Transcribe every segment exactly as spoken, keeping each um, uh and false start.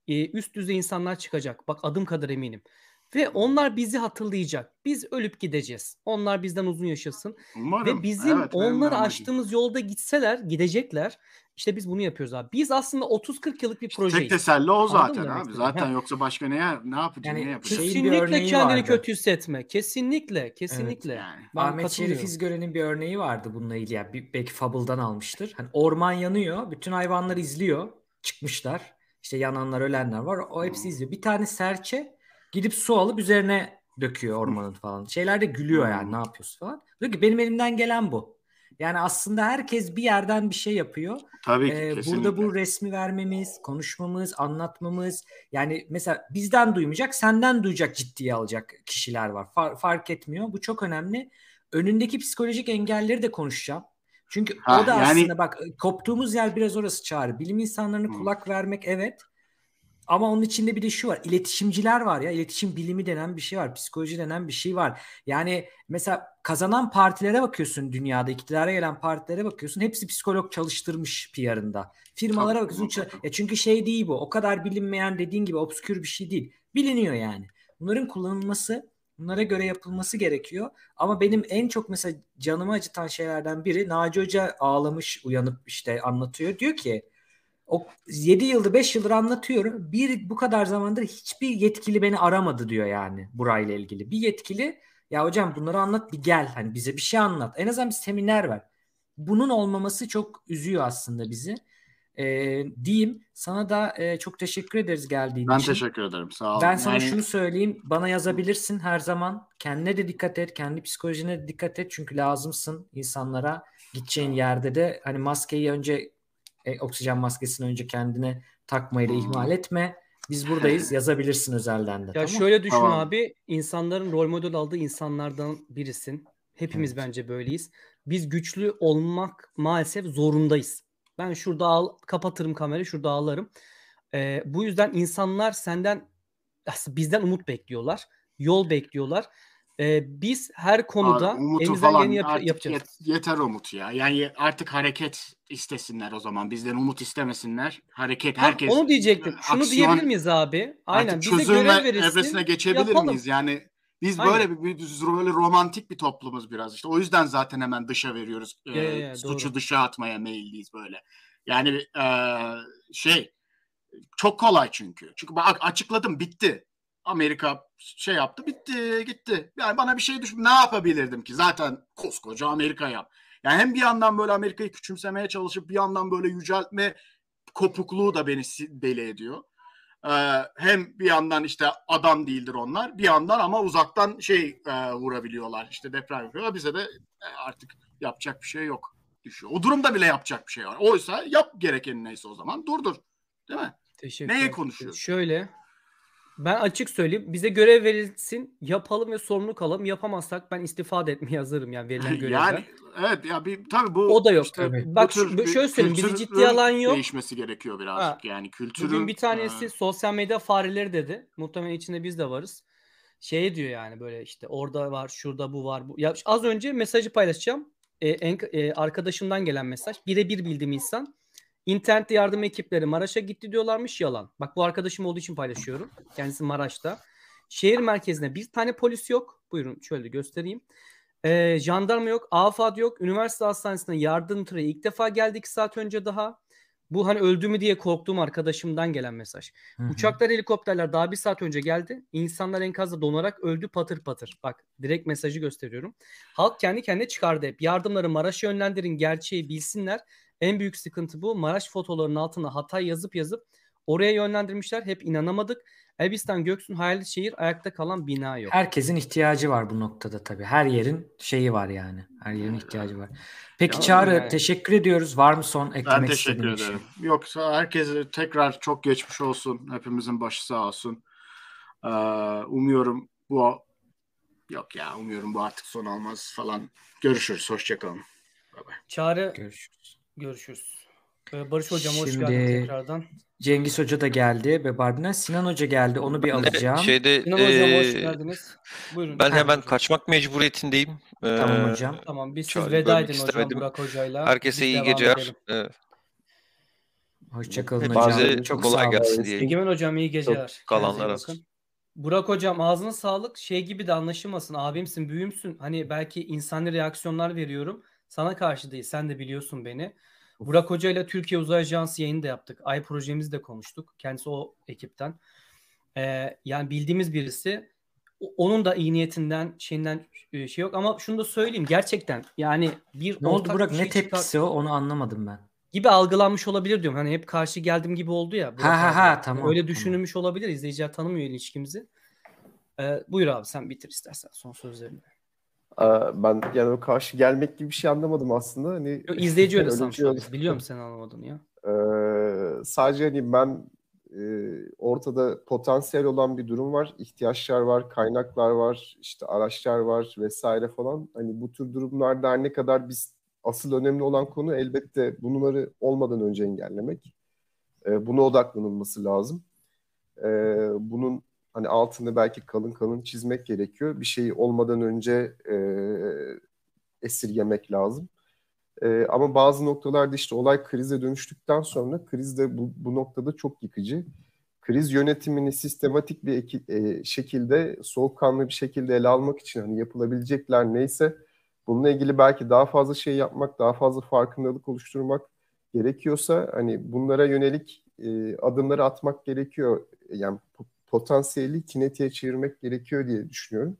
e, üst düzey insanlar çıkacak. Bak adım kadar eminim. Ve onlar bizi hatırlayacak. Biz ölüp gideceğiz. Onlar bizden uzun yaşasın. Ve Umarım. bizim Evet, benim de onları amacım. aştığımız yolda gitseler, gidecekler. İşte biz bunu yapıyoruz abi. Biz aslında otuz kırk yıllık bir İşte tek projeyiz. teselli o Anladın mı zaten demek abi. istediğimi? Zaten Heh. yoksa başka neye ne yapacağız? Ne Yani yapacağız? şeyin bir Kesinlikle örneği kendini vardı. kötü hissetme. Kesinlikle, Evet. kesinlikle. Yani. Ben Ahmet Şerif katılıyorum. İzgören'in bir örneği vardı bununla ilgili. Yani bir- belki Fable'dan almıştır. Hani orman yanıyor. Bütün hayvanlar izliyor. Çıkmışlar. İşte yananlar, ölenler var. O hepsi Hı. izliyor. Bir tane serçe gidip su alıp üzerine döküyor ormanın falan. Şeyler de gülüyor yani, Hı. ne yapıyorsun falan. Diyor ki benim elimden gelen bu. Yani aslında herkes bir yerden bir şey yapıyor. Tabii ki Ee, burada kesinlikle. bu resmi vermemiz, konuşmamız, anlatmamız. Yani mesela bizden duymayacak, senden duyacak, ciddiye alacak kişiler var. Far- fark etmiyor. Bu çok önemli. Önündeki psikolojik engelleri de konuşacağım. Çünkü o Ha da yani aslında bak, koptuğumuz yer biraz orası Çağrı. Bilim insanlarına Hı. kulak vermek, evet. Ama onun içinde bir de şu var. İletişimciler var ya. İletişim bilimi denen bir şey var. Psikoloji denen bir şey var. Yani mesela kazanan partilere bakıyorsun dünyada. İktidara gelen partilere bakıyorsun. Hepsi psikolog çalıştırmış P R'ında. Firmalara tabii bakıyorsun. ça- mutlaka. Ya çünkü şey değil bu. O kadar bilinmeyen, dediğin gibi obskür bir şey değil. Biliniyor yani. Bunların kullanılması, bunlara göre yapılması gerekiyor. Ama benim en çok mesela canımı acıtan şeylerden biri, Naci Hoca ağlamış uyanıp işte anlatıyor. Diyor ki o yedi yıldır beş yıldır anlatıyorum. Bir bu kadar zamandır hiçbir yetkili beni aramadı diyor yani burayla ilgili. Bir yetkili ya hocam bunları anlat, bir gel hani bize bir şey anlat. En azından bir seminer ver. Bunun olmaması çok üzüyor aslında bizi. Ee, diyeyim sana da e, çok teşekkür ederiz geldiğin Ben için. teşekkür ederim. Sağ Ben olun. sana Yani şunu söyleyeyim. Bana yazabilirsin her zaman. Kendine de dikkat et. Kendi psikolojine de dikkat et. Çünkü lazımsın insanlara. Gideceğin yerde de hani maskeyi önce e, oksijen maskesini önce kendine takmayı da ihmal Hı. etme. Biz buradayız. Yazabilirsin özelden de, Ya tamam? şöyle düşün Tamam. abi, insanların rol model aldığı insanlardan birisin. Hepimiz Evet. bence böyleyiz. Biz güçlü olmak maalesef zorundayız. Ben şurada ağl- kapatırım kamerayı, şurada ağlarım. Ee, bu yüzden insanlar senden, aslında bizden umut bekliyorlar. Yol bekliyorlar. Ee, biz her Abi, konuda Umut'u elimizden geleni falan yap- artık yapacağız. yet- yeter Umut ya. Yani artık hareket istesinler o zaman. Bizden umut istemesinler. Hareket, Hah, herkes onu diyecektim. Şunu diyebilir aksiyon. miyiz abi? Artık Aynen, bize çözüm görev ve evresine verilsin, geçebilir yapalım. miyiz? Yani biz Aynen. böyle bir, bir böyle romantik bir toplumuz biraz. İşte o yüzden zaten hemen dışa veriyoruz. Ya, ya, Ee, ya, suçu doğru. dışa atmaya meyilliyiz böyle. Yani e, şey çok kolay çünkü. Çünkü bak açıkladım, bitti. Amerika şey yaptı, bitti, gitti. Yani bana bir şey düşün, ne yapabilirdim ki? Zaten koskoca Amerika yap. Yani hem bir yandan böyle Amerika'yı küçümsemeye çalışıp bir yandan böyle yüceltme kopukluğu da beni deli ediyor. Ee, hem bir yandan işte adam değildir onlar, bir yandan ama uzaktan şey e, vurabiliyorlar. İşte deprem yapıyorlar. Bize de e, artık yapacak bir şey yok düşüyor. O durumda bile yapacak bir şey var. Oysa yap gerekeni neyse o zaman durdur. Değil mi? Teşekkürler. Neye konuşuyoruz? Şöyle, ben açık söyleyeyim. Bize görev verilsin, yapalım ve sorumluluk alalım. Yapamazsak ben istifa etmeye hazırım yani verilen görevden. Yani evet ya bir tabii bu O da yok. işte Evet. bu Bak tür şu- bir şöyle söyleyeyim, bizi ciddiye alan kültürün yok. değişmesi gerekiyor birazcık. Ha, Yani Bugün kültürün bir e, tanesi sosyal medya fareleri dedi. Muhtemelen içinde biz de varız. Şey diyor yani, böyle işte orada var, şurada bu var. Bu. Ya az önce mesajı paylaşacağım. Ee, en, e, arkadaşımdan gelen mesaj. Birebir bildiğim insan. İnternette yardım ekipleri Maraş'a gitti diyorlarmış, yalan. Bak, bu arkadaşım olduğu için paylaşıyorum. Kendisi Maraş'ta. Şehir merkezinde bir tane polis yok. Buyurun şöyle de göstereyim. Ee, jandarma yok. AFAD yok. Üniversite hastanesine yardım tırı ilk defa geldi iki saat önce daha. Bu hani öldü mü diye korktuğum arkadaşımdan gelen mesaj. Hı hı. Uçaklar, helikopterler daha bir saat önce geldi. İnsanlar enkazda donarak öldü patır patır. Bak, direkt mesajı gösteriyorum. Halk kendi kendine çıkardı hep. Yardımları Maraş'a yönlendirin, gerçeği bilsinler. En büyük sıkıntı bu. Maraş fotolarının altına Hatay yazıp yazıp oraya yönlendirmişler. Hep inanamadık. Elbistan Göksun hayali şehir, ayakta kalan bina yok. Herkesin ihtiyacı var bu noktada tabii. Her yerin şeyi var yani. Her yerin ihtiyacı var. Peki Ya, Çağrı, yani. teşekkür ediyoruz. Var mı son ben eklemek teşekkür istediğin bir şey? ederim. Yoksa herkese tekrar çok geçmiş olsun. Hepimizin başı sağ olsun. Ee, umuyorum bu yok ya umuyorum bu artık son almaz falan. Görüşürüz. Hoşçakalın. Bye bye. Çağrı, Görüşürüz. görüşürüz. Ee, Barış Hocam hoş Şimdi geldin tekrardan. Cengiz Hoca da geldi ve Barbina Sinan Hoca geldi. Onu bir Ben de alacağım. şeyde Sinan Hocam hoş eee, geldiniz. Buyurun. ben Heh. hemen kaçmak mecburiyetindeyim. Tamam Eee, hocam. Tamam, biz siz Çağrı'yı veda bölmek edin hocam istemedim. Burak Hoca'yla. Herkese Biz iyi devam geceler. edelim. Eee, Hoşçakalın Hepinize hocam. Çok kolay sağ olun. gelsin diye. Egemen hocam iyi geceler. Kendinize iyi kalanlara. bakın. Burak hocam ağzına sağlık. Şey gibi de anlaşılmasın. Abimsin, büyüğümsün. Hani belki insani reaksiyonlar veriyorum. Sana karşı değil. Sen de biliyorsun beni. Burak Hoca ile Türkiye Uzay Ajansı yayını da yaptık. Ay projemizi de konuştuk. Kendisi o ekipten. Ee, yani bildiğimiz birisi. O- Onun da iyi niyetinden, şeyinden e, şey yok. Ama şunu da söyleyeyim. Gerçekten yani bir Ne oldu ortak Burak? bir Ne şey çıkar tepkisi o? Onu anlamadım ben. gibi algılanmış olabilir diyorum. Hani hep karşı geldim gibi oldu ya Burak Ha ha abiye. ha tamam. Öyle tamam. düşünülmüş olabilir. İzleyiciler tanımıyor ilişkimizi. Ee, buyur abi sen bitir istersen son sözlerini. Aa, Ben yani o karşı gelmek gibi bir şey anlamadım aslında. Hani Yo, izleyici öyle öyle bir sanmış şey oldu. olabilir. Biliyorum sen anlamadın ya. Ee, sadece hani ben e, ortada potansiyel olan bir durum var, ihtiyaçlar var, kaynaklar var, işte araçlar var vesaire falan. Hani bu tür durumlarda her ne kadar biz asıl önemli olan konu elbette bunları olmadan önce engellemek. Ee, buna odaklanılması lazım. Ee, bunun hani altını belki kalın kalın çizmek gerekiyor. Bir şey olmadan önce e, esirgemek lazım. Ee, ama bazı noktalarda işte olay krize dönüştükten sonra kriz de bu, bu noktada çok yıkıcı. Kriz yönetimini sistematik bir eki- e, şekilde, soğukkanlı bir şekilde ele almak için hani yapılabilecekler neyse bununla ilgili belki daha fazla şey yapmak, daha fazla farkındalık oluşturmak gerekiyorsa hani bunlara yönelik e, adımları atmak gerekiyor. Yani po- potansiyeli kinetiğe çevirmek gerekiyor diye düşünüyorum.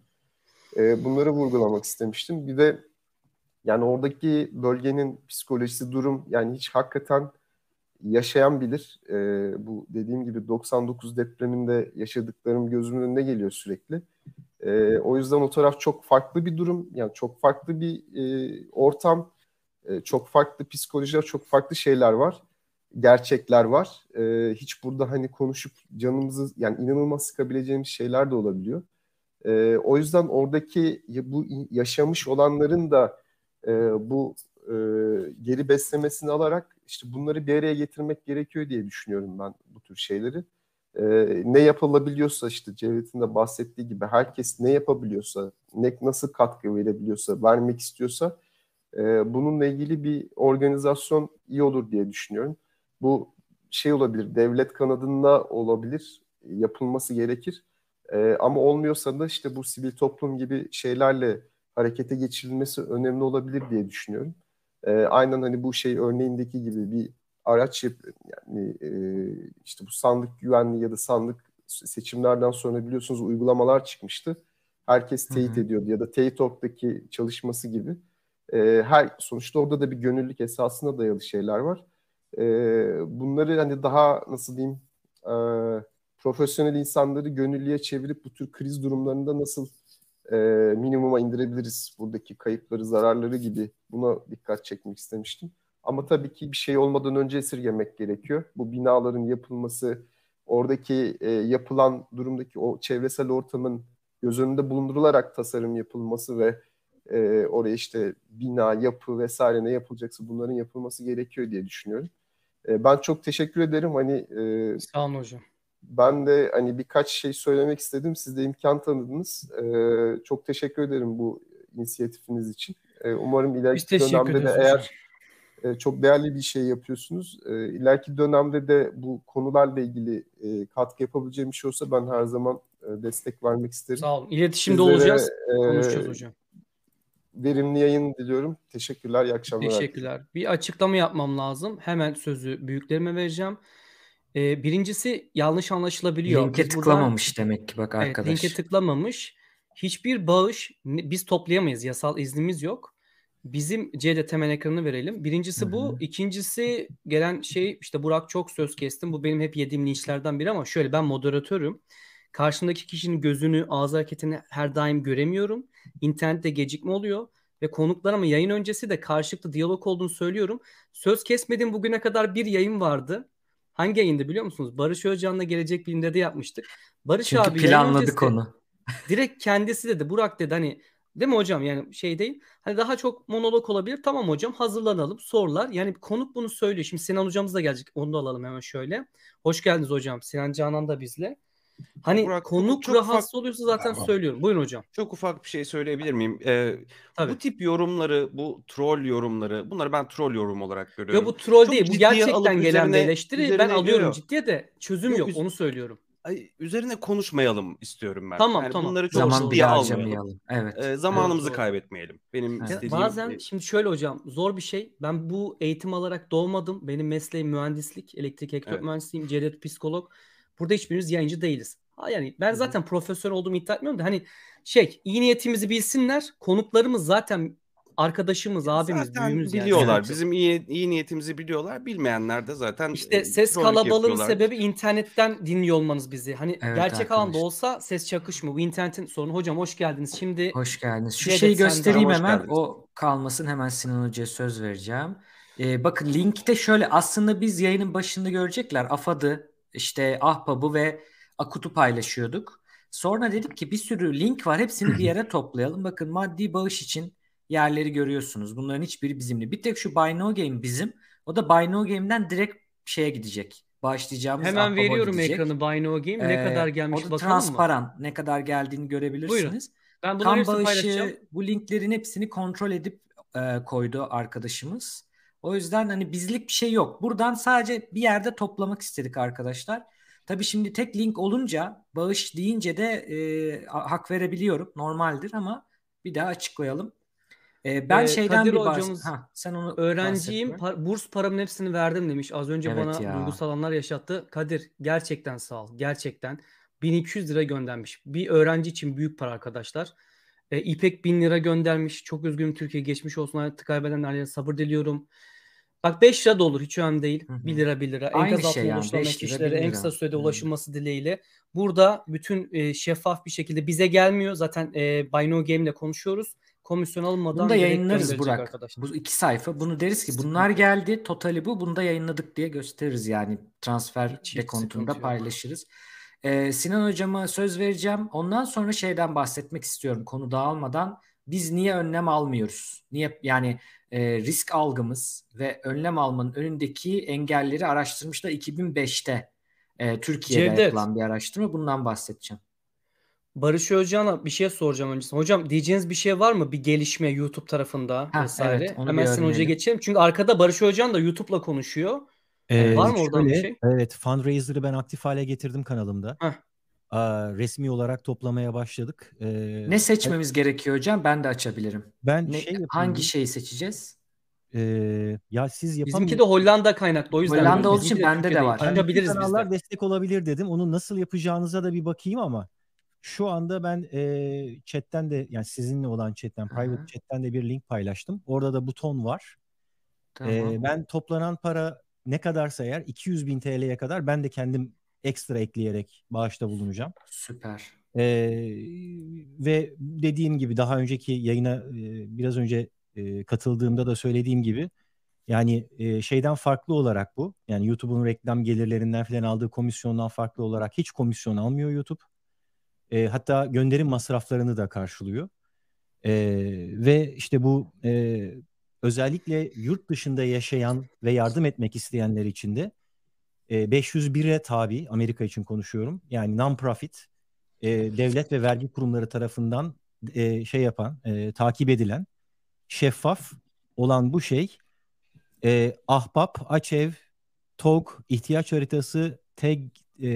E, bunları vurgulamak istemiştim. Bir de yani oradaki bölgenin psikolojisi, durum yani hiç hakikaten yaşayan bilir. Ee, bu dediğim gibi doksan dokuz depreminde yaşadıklarım gözümün önüne geliyor sürekli. Ee, o yüzden o taraf çok farklı bir durum. Yani çok farklı bir e, ortam, e, çok farklı psikolojiler, çok farklı şeyler var. Gerçekler var. Ee, hiç burada hani konuşup canımızı yani inanılmaz sıkabileceğimiz şeyler de olabiliyor. Ee, o yüzden oradaki bu yaşamış olanların da e, bu e, geri beslemesini alarak işte bunları bir araya getirmek gerekiyor diye düşünüyorum ben bu tür şeyleri. E, ne yapılabiliyorsa işte Cevdet'in de bahsettiği gibi herkes ne yapabiliyorsa, ne nasıl katkı verebiliyorsa, vermek istiyorsa e, bununla ilgili bir organizasyon iyi olur diye düşünüyorum. Bu şey olabilir, devlet kanadında olabilir, yapılması gerekir. E, ama olmuyorsa da işte bu sivil toplum gibi şeylerle harekete geçirilmesi önemli olabilir diye düşünüyorum. E, aynen hani bu şey örneğindeki gibi bir araç yap- yani e, işte bu sandık güvenliği ya da sandık seçimlerden sonra biliyorsunuz uygulamalar çıkmıştı. Herkes Hı teyit hı. ediyordu ya da Teyit nokta org'daki çalışması gibi. E, her sonuçta orada da bir gönüllülük esasına dayalı şeyler var. E, bunları hani daha nasıl diyeyim e, profesyonel insanları gönüllüye çevirip bu tür kriz durumlarında nasıl e, minimuma indirebiliriz buradaki kayıpları, zararları gibi buna dikkat çekmek istemiştim. Ama tabii ki bir şey olmadan önce esirgemek gerekiyor. Bu binaların yapılması, oradaki e, yapılan durumdaki o çevresel ortamın göz önünde bulundurularak tasarım yapılması ve e, oraya işte bina, yapı vesaire ne yapılacaksa bunların yapılması gerekiyor diye düşünüyorum. E, ben çok teşekkür ederim. Hani e, Sağ olun hocam. ben de hani birkaç şey söylemek istedim. Siz de imkan tanıdınız. Ee, çok teşekkür ederim bu inisiyatifiniz için. Ee, umarım Biz ileriki teşekkür dönemde de ederiz hocam. eğer e, çok değerli bir şey yapıyorsunuz. E, ileriki dönemde de bu konularla ilgili e, katkı yapabileceğim bir şey olsa ben her zaman e, destek vermek isterim. Sağ olun. İletişimde Sizlere olacağız. e, Konuşacağız hocam. verimli yayın diliyorum. Teşekkürler, iyi akşamlar herkese. Teşekkürler. Bir açıklama yapmam lazım. Hemen sözü büyüklerime vereceğim. Ee, birincisi yanlış anlaşılabiliyor. Linke Biz buradan tıklamamış demek ki bak evet, linke arkadaş. tıklamamış. Hiçbir bağış ne- biz toplayamayız. Yasal iznimiz yok. Bizim C D temel ekranını verelim. Birincisi Hı bu. hı. İkincisi gelen şey işte Burak çok söz kestim. Bu benim hep yediğim linçlerden biri ama şöyle ben moderatörüm. Karşımdaki kişinin gözünü, ağız hareketini her daim göremiyorum. İnternette gecikme oluyor ve konuklarıma yayın öncesi de karşılıklı diyalog olduğunu söylüyorum. Söz kesmediğim bugüne kadar bir yayın vardı. Hangi yayındı biliyor musunuz? Barış Özcan'la Gelecek Bilim'de de yapmıştık. Barış Çünkü abi yayın planladı öncesi konu. direkt kendisi dedi. Burak dedi hani değil mi hocam yani şey değil. Hani daha çok monolog olabilir. Tamam hocam hazırlanalım sorular. Yani konuk bunu söylüyor. Şimdi Sinan hocamız da gelecek. Onu da alalım hemen şöyle. Hoş geldiniz hocam. Sinan Canan da bizle. Hani Burak, konuk çok ufak- rahatsız oluyorsa zaten söylüyorum. Buyurun hocam. Çok ufak bir şey söyleyebilir miyim? Ee, Tabii. bu tip yorumları, bu troll yorumları, bunları ben troll yorum olarak görüyorum. Yo bu troll Çok değil. Bu ciddiye gerçekten alıp gelen bir üzerine- eleştiri. Ben üzerine- alıyorum yo, yo. ciddiye de çözüm Yo, yok. üz- Onu söylüyorum. Ay, üzerine konuşmayalım istiyorum ben. Tamam, yani tamam. bunları çok Doğru, Zaman doğru. ciddiye bile almayalım. harcamayalım. Evet. Ee, zamanımızı Doğru, doğru. kaybetmeyelim. Benim Evet. Ya istediğim bazen e, şimdi şöyle hocam zor bir şey. Ben bu eğitim alarak doğmadım. Benim mesleğim mühendislik, elektrik elektronik Evet. mühendisliğim, cerahat psikolog. Burada hiçbirimiz yayıncı değiliz. Ha yani ben Hı hı. zaten profesör olduğumu iddia etmiyorum da hani şey iyi niyetimizi bilsinler. Konuklarımız zaten arkadaşımız, abimiz, zaten büyüğümüz yani. biliyorlar. Evet. Bizim iyi iyi niyetimizi biliyorlar. Bilmeyenler de zaten İşte e, ses trollük kalabalığının yapıyorlar. sebebi internetten dinliyor olmanız bizi. Hani Evet gerçek alanda arkadaşlar. olsa ses çakışmıyor. Bu internetin sorunu. Hocam hoş geldiniz. Şimdi Hoş geldiniz. Şu Cevdet, şeyi sen de- göstereyim Hoş hemen. geldiniz. O kalmasın. Hemen Sinan Hoca'ya söz vereceğim. Ee, bakın linkte şöyle aslında biz yayının başında görecekler. AFAD'ı, işte Ahbab'ı ve Akut'u paylaşıyorduk. Sonra dedik ki bir sürü link var. Hepsini bir yere toplayalım. Bakın maddi bağış için yerleri görüyorsunuz. Bunların hiçbiri bizimle. Bir tek şu Buy No Game bizim. O da Buy No Game'den direkt şeye gidecek. Bağışlayacağımız hemen Ahbab'a veriyorum gidecek. ekranı Buy No Game. Ne Ee, kadar gelmiş o da bakalım mı? transparan. Ne kadar geldiğini görebilirsiniz. Ben bunların Kan hepsini paylaşacağım. bağışı bu linklerin hepsini kontrol edip e, koydu arkadaşımız. O yüzden hani bizlik bir şey yok. Buradan sadece bir yerde toplamak istedik arkadaşlar. Tabii şimdi tek link olunca bağış deyince de e, hak verebiliyorum. Normaldir ama bir daha açıklayalım. E, ben Ee, şeyden Kadir bir bahs- hocamız, Ha, sen onu Öğrenciyim. bahset. par- burs paramın hepsini verdim demiş. Az önce Evet bana ya. duygusal anlar yaşattı. Kadir gerçekten sağ ol. Gerçekten. bin iki yüz lira göndermiş. Bir öğrenci için büyük para arkadaşlar. Ee, İpek bin lira göndermiş. Çok üzgünüm Türkiye geçmiş olsun. Hayatı kaybedenlerle sabır diliyorum. Bak beş lira da olur. Hiç önemli değil. Hı hı. bir lira bir lira. Aynı Enkaz şey altına yani, ulaşılan beş lira, kişilere bir en lira. kısa sürede Hı. ulaşılması dileğiyle. Burada bütün e, şeffaf bir şekilde bize gelmiyor. Zaten e, Buy No Game ile konuşuyoruz. Komisyon alınmadan Bunu da direkt yayınlarız gönderecek Burak. arkadaşlar. Bu iki sayfa. Bunu deriz ki Sıkıntı bunlar yok. geldi. Totali bu. Bunu da yayınladık diye gösteririz yani. Transfer Hiç- hiç dekontunda sıkıntı yok. paylaşırız. Ee, Sinan hocama söz vereceğim. Ondan sonra şeyden bahsetmek istiyorum. Konu dağılmadan. Biz niye önlem almıyoruz? Niye yani e, risk algımız ve önlem almanın önündeki engelleri araştırmışlar iki bin beşte e, Türkiye'de Cevdet. yapılan bir araştırma. Bundan bahsedeceğim. Barış Özcan'a bir şey soracağım öncesinde. Hocam diyeceğiniz bir şey var mı? Bir gelişme YouTube tarafında Ha, vesaire. evet, onu Hemen bir Sinan Hoca'ya öğrenelim. geçelim. Çünkü arkada Barış Özcan da YouTube'la konuşuyor. Ee, Var mı oradan bir şöyle, şey? Evet, fundraiser'ı ben aktif hale getirdim kanalımda. Heh. Aa, resmi olarak toplamaya başladık. Ee, Ne seçmemiz gerekiyor hocam? Ben de açabilirim. Ben Ne, şey yapayım. hangi şeyi seçeceğiz? Ee, ya siz Bizimki yapamıyorsunuz. de Hollanda kaynaklı. O yüzden Hollanda böyle. olduğu Bizimki için bende de Türkiye var. değil. Yani bütün Açabiliriz biz kanallar de. destek olabilir dedim. Onu nasıl yapacağınıza da bir bakayım ama şu anda ben e, chatten de yani sizinle olan chatten, private Aha. chatten de bir link paylaştım. Orada da buton var. Tamam. Ee, ben toplanan para ne kadarsa eğer iki yüz bin T L'ye kadar ben de kendim ekstra ekleyerek bağışta bulunacağım. Süper. Ee, ve dediğim gibi daha önceki yayına e, biraz önce e, katıldığımda da söylediğim gibi yani e, şeyden farklı olarak bu. Yani YouTube'un reklam gelirlerinden falan aldığı komisyondan farklı olarak hiç komisyon almıyor YouTube. E, hatta gönderim masraflarını da karşılıyor. E, ve işte bu e, özellikle yurt dışında yaşayan ve yardım etmek isteyenler için de e, beş yüz bire tabi, Amerika için konuşuyorum. Yani non-profit, e, devlet ve vergi kurumları tarafından e, şey yapan, e, takip edilen, şeffaf olan bu şey e, Ahbap, Açev, TOG, ihtiyaç haritası, T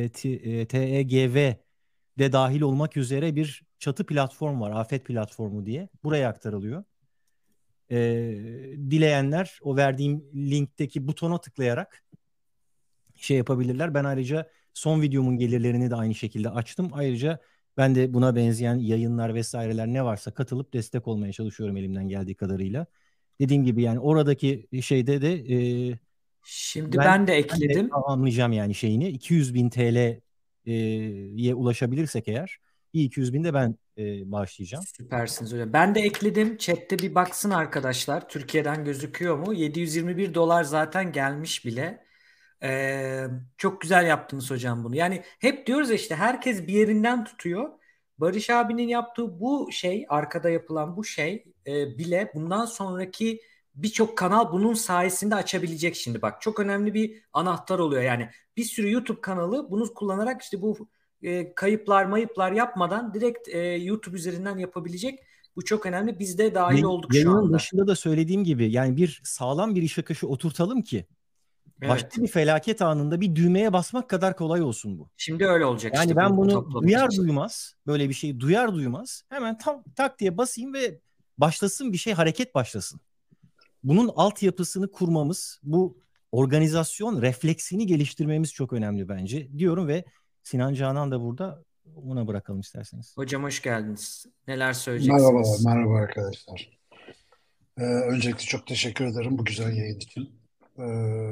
E G V de dahil olmak üzere bir çatı platform var. Afet platformu diye. Buraya aktarılıyor. E, dileyenler o verdiğim linkteki butona tıklayarak şey yapabilirler. Ben ayrıca son videomun gelirlerini de aynı şekilde açtım. Ayrıca ben de buna benzeyen yayınlar vesaireler ne varsa katılıp destek olmaya çalışıyorum elimden geldiği kadarıyla. Dediğim gibi yani oradaki şeyde de e, Şimdi ben, ben de ben de ekledim. tamamlayacağım yani şeyini. iki yüz bin T L'ye ulaşabilirsek eğer bir iki yüz bin de ben e, bağışlayacağım. Süpersiniz hocam. Ben de ekledim. Chat'te bir baksın arkadaşlar. Türkiye'den gözüküyor mu? yedi yüz yirmi bir dolar zaten gelmiş bile. Ee, çok güzel yaptınız hocam bunu. Yani hep diyoruz ya işte herkes bir yerinden tutuyor. Barış abinin yaptığı bu şey, arkada yapılan bu şey e, bile bundan sonraki birçok kanal bunun sayesinde açabilecek şimdi. Bak çok önemli bir anahtar oluyor. Yani bir sürü YouTube kanalı bunu kullanarak işte bu e, kayıplar mayıplar yapmadan direkt e, YouTube üzerinden yapabilecek. Bu çok önemli. Biz de dahil Yayın- olduk şu Yayının anda. başında da söylediğim gibi yani bir sağlam bir iş akışı oturtalım ki başka Evet. bir felaket anında bir düğmeye basmak kadar kolay olsun bu. Şimdi öyle olacak Yani işte ben bu bunu toplamak duyar için. duymaz böyle bir şeyi duyar duymaz hemen tam tak diye basayım ve başlasın bir şey, hareket başlasın. Bunun altyapısını kurmamız, bu organizasyon refleksini geliştirmemiz çok önemli bence diyorum ve Sinan Canan da burada, ona bırakalım isterseniz. Hocam hoş geldiniz. Neler Merhabalar, söyleyeceksiniz? merhaba arkadaşlar. Ee, öncelikle çok teşekkür ederim bu güzel yayın için. Ee,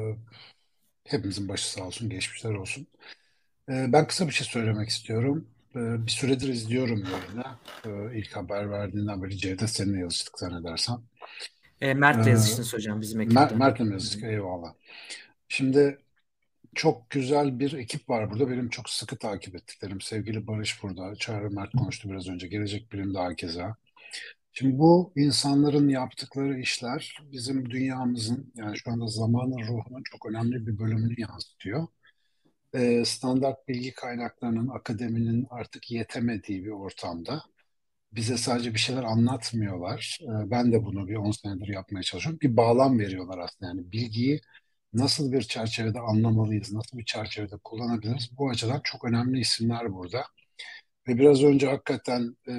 hepimizin başı sağ olsun, geçmişler olsun. Ee, ben kısa bir şey söylemek istiyorum. Ee, bir süredir izliyorum yayını. Ee, ilk haber verdiğinden beri Cevdet seninle yazıştık zannedersem. E, Mert'le Ee, yazıştınız hocam bizim Mer ekipte. Mert'le mi yazıştık? Eyvallah. Şimdi çok güzel bir ekip var burada. Benim çok sıkı takip ettiklerim. Sevgili Barış burada. Çağrı Mert konuştu biraz önce. Gelecek Bilim'de hakeza. Şimdi bu insanların yaptıkları işler bizim dünyamızın yani şu anda zamanın ruhunun çok önemli bir bölümünü yansıtıyor. Ee, standart bilgi kaynaklarının, akademinin artık yetemediği bir ortamda bize sadece bir şeyler anlatmıyorlar. Ee, ben de bunu bir on senedir yapmaya çalışıyorum. Bir bağlam veriyorlar aslında. Yani bilgiyi nasıl bir çerçevede anlamalıyız, nasıl bir çerçevede kullanabiliriz? Bu açıdan çok önemli isimler burada. Ve biraz önce hakikaten e,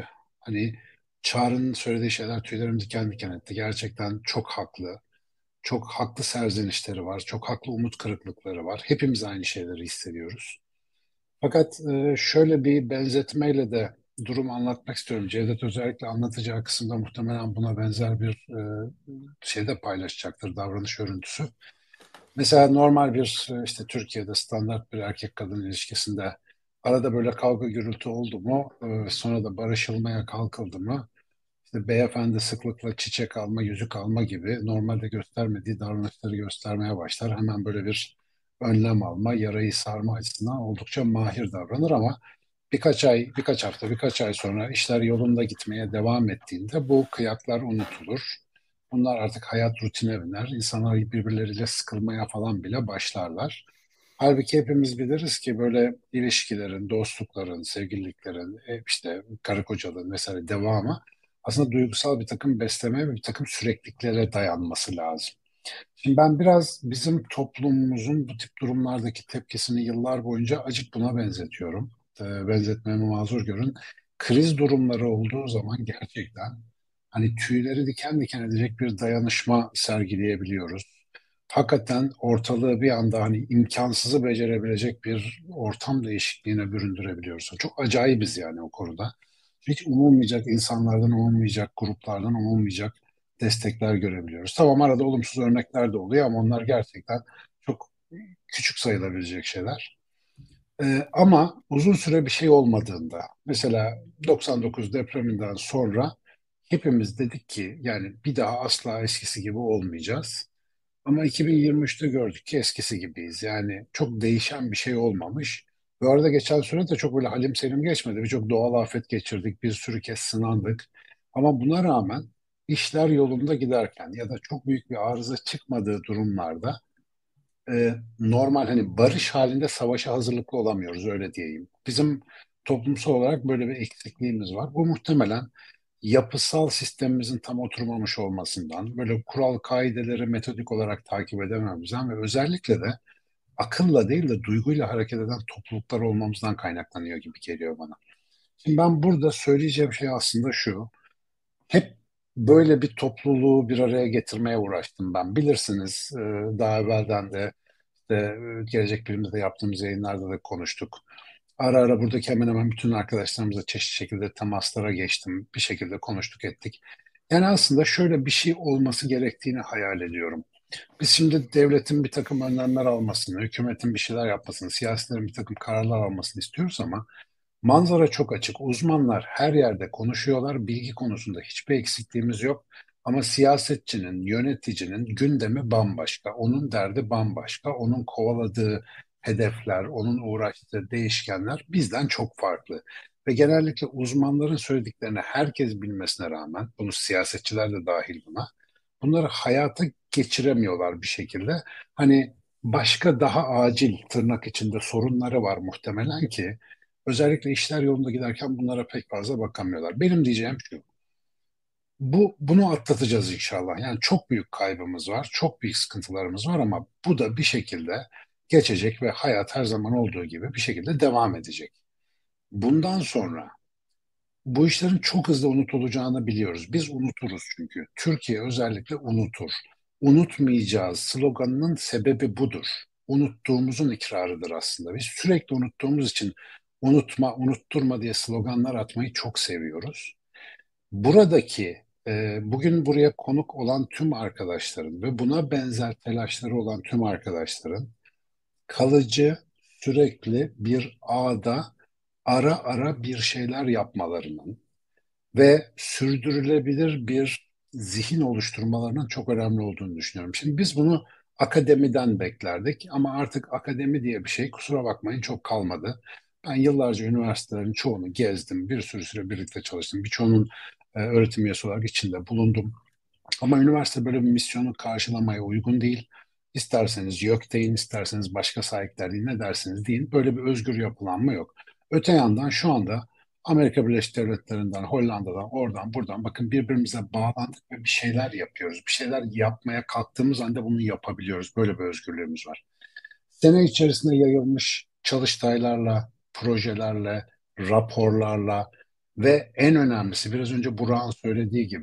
hani Çağrı'nın söylediği şeyler tüylerimi diken diken etti. Gerçekten çok haklı. Çok haklı serzenişleri var. Çok haklı umut kırıklıkları var. Hepimiz aynı şeyleri hissediyoruz. Fakat e, şöyle bir benzetmeyle de durumu anlatmak istiyorum. Cevdet özellikle anlatacağı kısımda muhtemelen buna benzer bir e, şey de paylaşacaktır, davranış örüntüsü. Mesela normal bir e, işte Türkiye'de standart bir erkek kadın ilişkisinde arada böyle kavga gürültü oldu mu, e, sonra da barışılmaya kalkıldı mı, işte beyefendi sıklıkla çiçek alma, yüzük alma gibi normalde göstermediği davranışları göstermeye başlar. Hemen böyle bir önlem alma, yarayı sarma açısından oldukça mahir davranır ama birkaç ay, birkaç hafta, birkaç ay sonra işler yolunda gitmeye devam ettiğinde bu kıyaklar unutulur. Bunlar artık hayat rutine biner. İnsanlar birbirleriyle sıkılmaya falan bile başlarlar. Halbuki hepimiz biliriz ki böyle ilişkilerin, dostlukların, sevgililiklerin, e, işte karı kocalığın vesaire devamı aslında duygusal bir takım besleme ve bir takım sürekliklere dayanması lazım. Şimdi ben biraz bizim toplumumuzun bu tip durumlardaki tepkisini yıllar boyunca acık buna benzetiyorum. E, benzetmemi mazur görün. Kriz durumları olduğu zaman gerçekten hani tüyleri diken diken edecek bir dayanışma sergileyebiliyoruz. Hakikaten ortalığı bir anda hani imkansızı becerebilecek bir ortam değişikliğine büründürebiliyoruz. Çok acayibiz yani o konuda. Hiç umulmayacak insanlardan, umulmayacak gruplardan, umulmayacak destekler görebiliyoruz. Tamam arada olumsuz örnekler de oluyor ama onlar gerçekten çok küçük sayılabilecek şeyler. Ee, ama uzun süre bir şey olmadığında, mesela doksan dokuz depreminden sonra hepimiz dedik ki yani bir daha asla eskisi gibi olmayacağız. Ama iki bin yirmi üçte gördük ki eskisi gibiyiz. Yani çok değişen bir şey olmamış. Bu arada geçen süre de çok böyle halim selim geçmedi. Birçok doğal afet geçirdik, bir sürü kez sınandık. Ama buna rağmen işler yolunda giderken ya da çok büyük bir arıza çıkmadığı durumlarda e, normal hani barış halinde savaşa hazırlıklı olamıyoruz öyle diyeyim. Bizim toplumsal olarak böyle bir eksikliğimiz var. Bu muhtemelen yapısal sistemimizin tam oturmamış olmasından, böyle kural kaideleri metodik olarak takip edemememizden ve özellikle de akılla değil de duyguyla hareket eden topluluklar olmamızdan kaynaklanıyor gibi geliyor bana. Şimdi ben burada söyleyeceğim şey aslında şu. Hep böyle bir topluluğu bir araya getirmeye uğraştım ben. Bilirsiniz e, daha evvelden de işte, e, Gelecek Bilim'de de yaptığımız yayınlarda da konuştuk. Ara ara buradaki hemen hemen bütün arkadaşlarımızla çeşitli şekilde temaslara geçtim. Bir şekilde konuştuk ettik. Yani aslında şöyle bir şey olması gerektiğini hayal ediyorum. Biz şimdi devletin bir takım önlemler almasını, hükümetin bir şeyler yapmasını, siyasilerin bir takım kararlar almasını istiyoruz ama manzara çok açık. Uzmanlar her yerde konuşuyorlar. Bilgi konusunda hiçbir eksikliğimiz yok. Ama siyasetçinin, yöneticinin gündemi bambaşka. Onun derdi bambaşka. Onun kovaladığı hedefler, onun uğraştığı değişkenler bizden çok farklı. Ve genellikle uzmanların söylediklerini herkes bilmesine rağmen, bunu siyasetçiler de dahil buna, bunları hayata geçiremiyorlar bir şekilde. Hani başka daha acil tırnak içinde sorunları var muhtemelen ki özellikle işler yolunda giderken bunlara pek fazla bakamıyorlar. Benim diyeceğim şu. Bu, bunu atlatacağız inşallah. Yani çok büyük kaybımız var, çok büyük sıkıntılarımız var ama bu da bir şekilde geçecek ve hayat her zaman olduğu gibi bir şekilde devam edecek. Bundan sonra bu işlerin çok hızlı unutulacağını biliyoruz. Biz unuturuz çünkü. Türkiye özellikle unutur. Unutmayacağız sloganının sebebi budur. Unuttuğumuzun ikrarıdır aslında. Biz sürekli unuttuğumuz için unutma, unutturma diye sloganlar atmayı çok seviyoruz. Buradaki e, bugün buraya konuk olan tüm arkadaşların ve buna benzer telaşları olan tüm arkadaşların kalıcı, sürekli bir ağda ara ara bir şeyler yapmalarının ve sürdürülebilir bir zihin oluşturmalarının çok önemli olduğunu düşünüyorum. Şimdi biz bunu akademiden beklerdik ama artık akademi diye bir şey kusura bakmayın çok kalmadı. Ben yıllarca üniversitelerin çoğunu gezdim, bir sürü süre birlikte çalıştım. Birçoğunun e, öğretim üyesi olarak içinde bulundum. Ama üniversite böyle bir misyonu karşılamaya uygun değil. İsterseniz YÖK deyin, isterseniz başka sahipler deyin, ne derseniz deyin. Böyle bir özgür yapılanma yok. Öte yandan şu anda Amerika Birleşik Devletleri'nden, Hollanda'dan, oradan, buradan bakın birbirimize bağlandık ve bir şeyler yapıyoruz. Bir şeyler yapmaya kalktığımız anda bunu yapabiliyoruz. Böyle bir özgürlüğümüz var. Sene içerisinde yayılmış çalıştaylarla, projelerle, raporlarla ve en önemlisi biraz önce Burak'ın söylediği gibi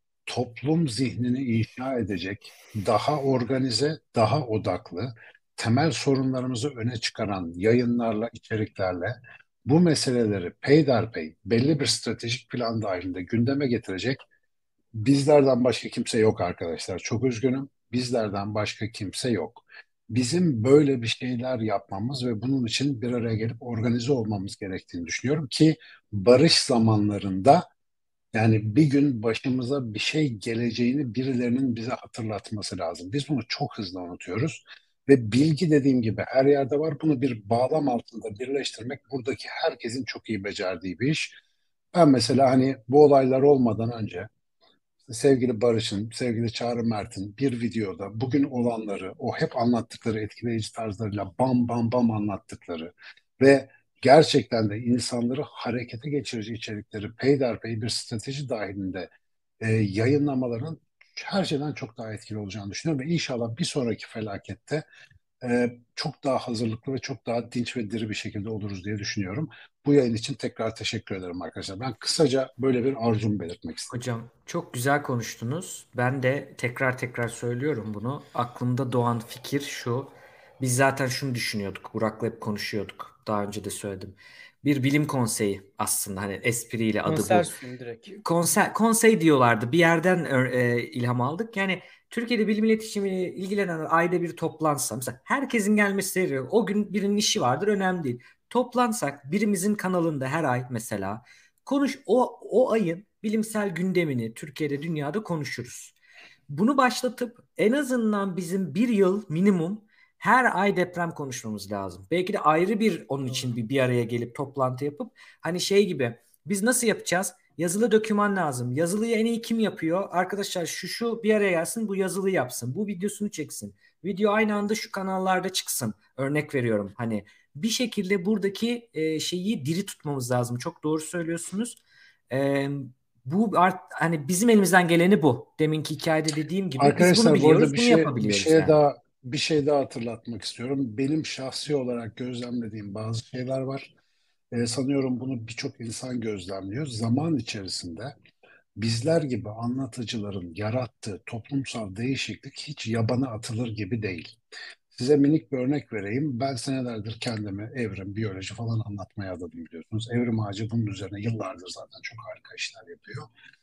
toplum zihnini inşa edecek, daha organize, daha odaklı, temel sorunlarımızı öne çıkaran yayınlarla, içeriklerle bu meseleleri peyderpey belli bir stratejik plan dahilinde gündeme getirecek bizlerden başka kimse yok arkadaşlar. Çok üzgünüm. Bizlerden başka kimse yok. Bizim böyle bir şeyler yapmamız ve bunun için bir araya gelip organize olmamız gerektiğini düşünüyorum ki barış zamanlarında yani bir gün başımıza bir şey geleceğini birilerinin bize hatırlatması lazım. Biz bunu çok hızlı unutuyoruz. Ve bilgi dediğim gibi her yerde var. Bunu bir bağlam altında birleştirmek buradaki herkesin çok iyi becerdiği bir iş. Ben mesela hani bu olaylar olmadan önce sevgili Barış'ın, sevgili Çağrı Mert'in bir videoda bugün olanları, o hep anlattıkları etkileyici tarzlarıyla bam bam bam anlattıkları ve gerçekten de insanları harekete geçirici içerikleri peyderpey bir strateji dahilinde e, yayınlamaların her şeyden çok daha etkili olacağını düşünüyorum ve inşallah bir sonraki felakette e, çok daha hazırlıklı ve çok daha dinç ve diri bir şekilde oluruz diye düşünüyorum. Bu yayın için tekrar teşekkür ederim arkadaşlar. Ben kısaca böyle bir arzumu belirtmek istedim. Hocam çok güzel konuştunuz. Ben de tekrar tekrar söylüyorum bunu. Aklımda doğan fikir şu. Biz zaten şunu düşünüyorduk. Burak'la hep konuşuyorduk. Daha önce de söyledim. Bir bilim konseyi aslında hani espriyle adı bu. Konsersiyon direkt. Konser, konsey diyorlardı. Bir yerden e, ilham aldık. Yani Türkiye'de bilim iletişimiyle ilgilenenler ayda bir toplansa. Mesela herkesin gelmesi gerekiyor. O gün birinin işi vardır önemli değil. Toplansak birimizin kanalında her ay mesela konuş o o ayın bilimsel gündemini Türkiye'de dünyada konuşuruz. Bunu başlatıp en azından bizim bir yıl minimum her ay deprem konuşmamız lazım. Belki de ayrı bir onun için bir bir araya gelip toplantı yapıp hani şey gibi biz nasıl yapacağız? Yazılı doküman lazım. Yazılıyı en iyi kim yapıyor? Arkadaşlar şu şu bir araya gelsin bu yazılı yapsın. Bu videosunu çeksin. Video aynı anda şu kanallarda çıksın. Örnek veriyorum. Hani bir şekilde buradaki e, şeyi diri tutmamız lazım. Çok doğru söylüyorsunuz. E, bu art, hani bizim elimizden geleni bu. Deminki hikayede dediğim gibi biz bunu Arkadaşlar bu arada biliyoruz, bir bunu şey bir yapabiliyoruz şeye yani. daha bir şey daha hatırlatmak istiyorum. Benim şahsi olarak gözlemlediğim bazı şeyler var. Ee, sanıyorum bunu birçok insan gözlemliyor. Zaman içerisinde bizler gibi anlatıcıların yarattığı toplumsal değişiklik hiç yabana atılır gibi değil. Size minik bir örnek vereyim. Ben senelerdir kendimi evrim, biyoloji falan anlatmaya adadım biliyorsunuz. Evrim Ağacı bunun üzerine yıllardır zaten çok harika işler yapıyor.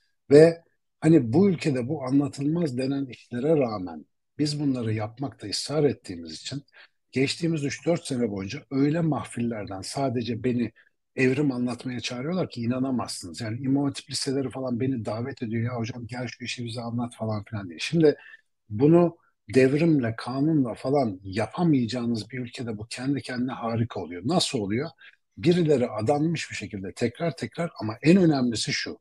Ve hani bu ülkede bu anlatılmaz denen işlere rağmen biz bunları yapmakta ısrar ettiğimiz için geçtiğimiz üç dört sene boyunca öyle mahfillerden sadece beni evrim anlatmaya çağırıyorlar ki inanamazsınız. Yani İmam Hatip liseleri falan beni davet ediyor. Ya hocam gel şu işi bize anlat falan filan diye. Şimdi bunu devrimle, kanunla falan yapamayacağınız bir ülkede bu kendi kendine harika oluyor. Nasıl oluyor? Birileri adanmış bir şekilde tekrar tekrar ama en önemlisi şu.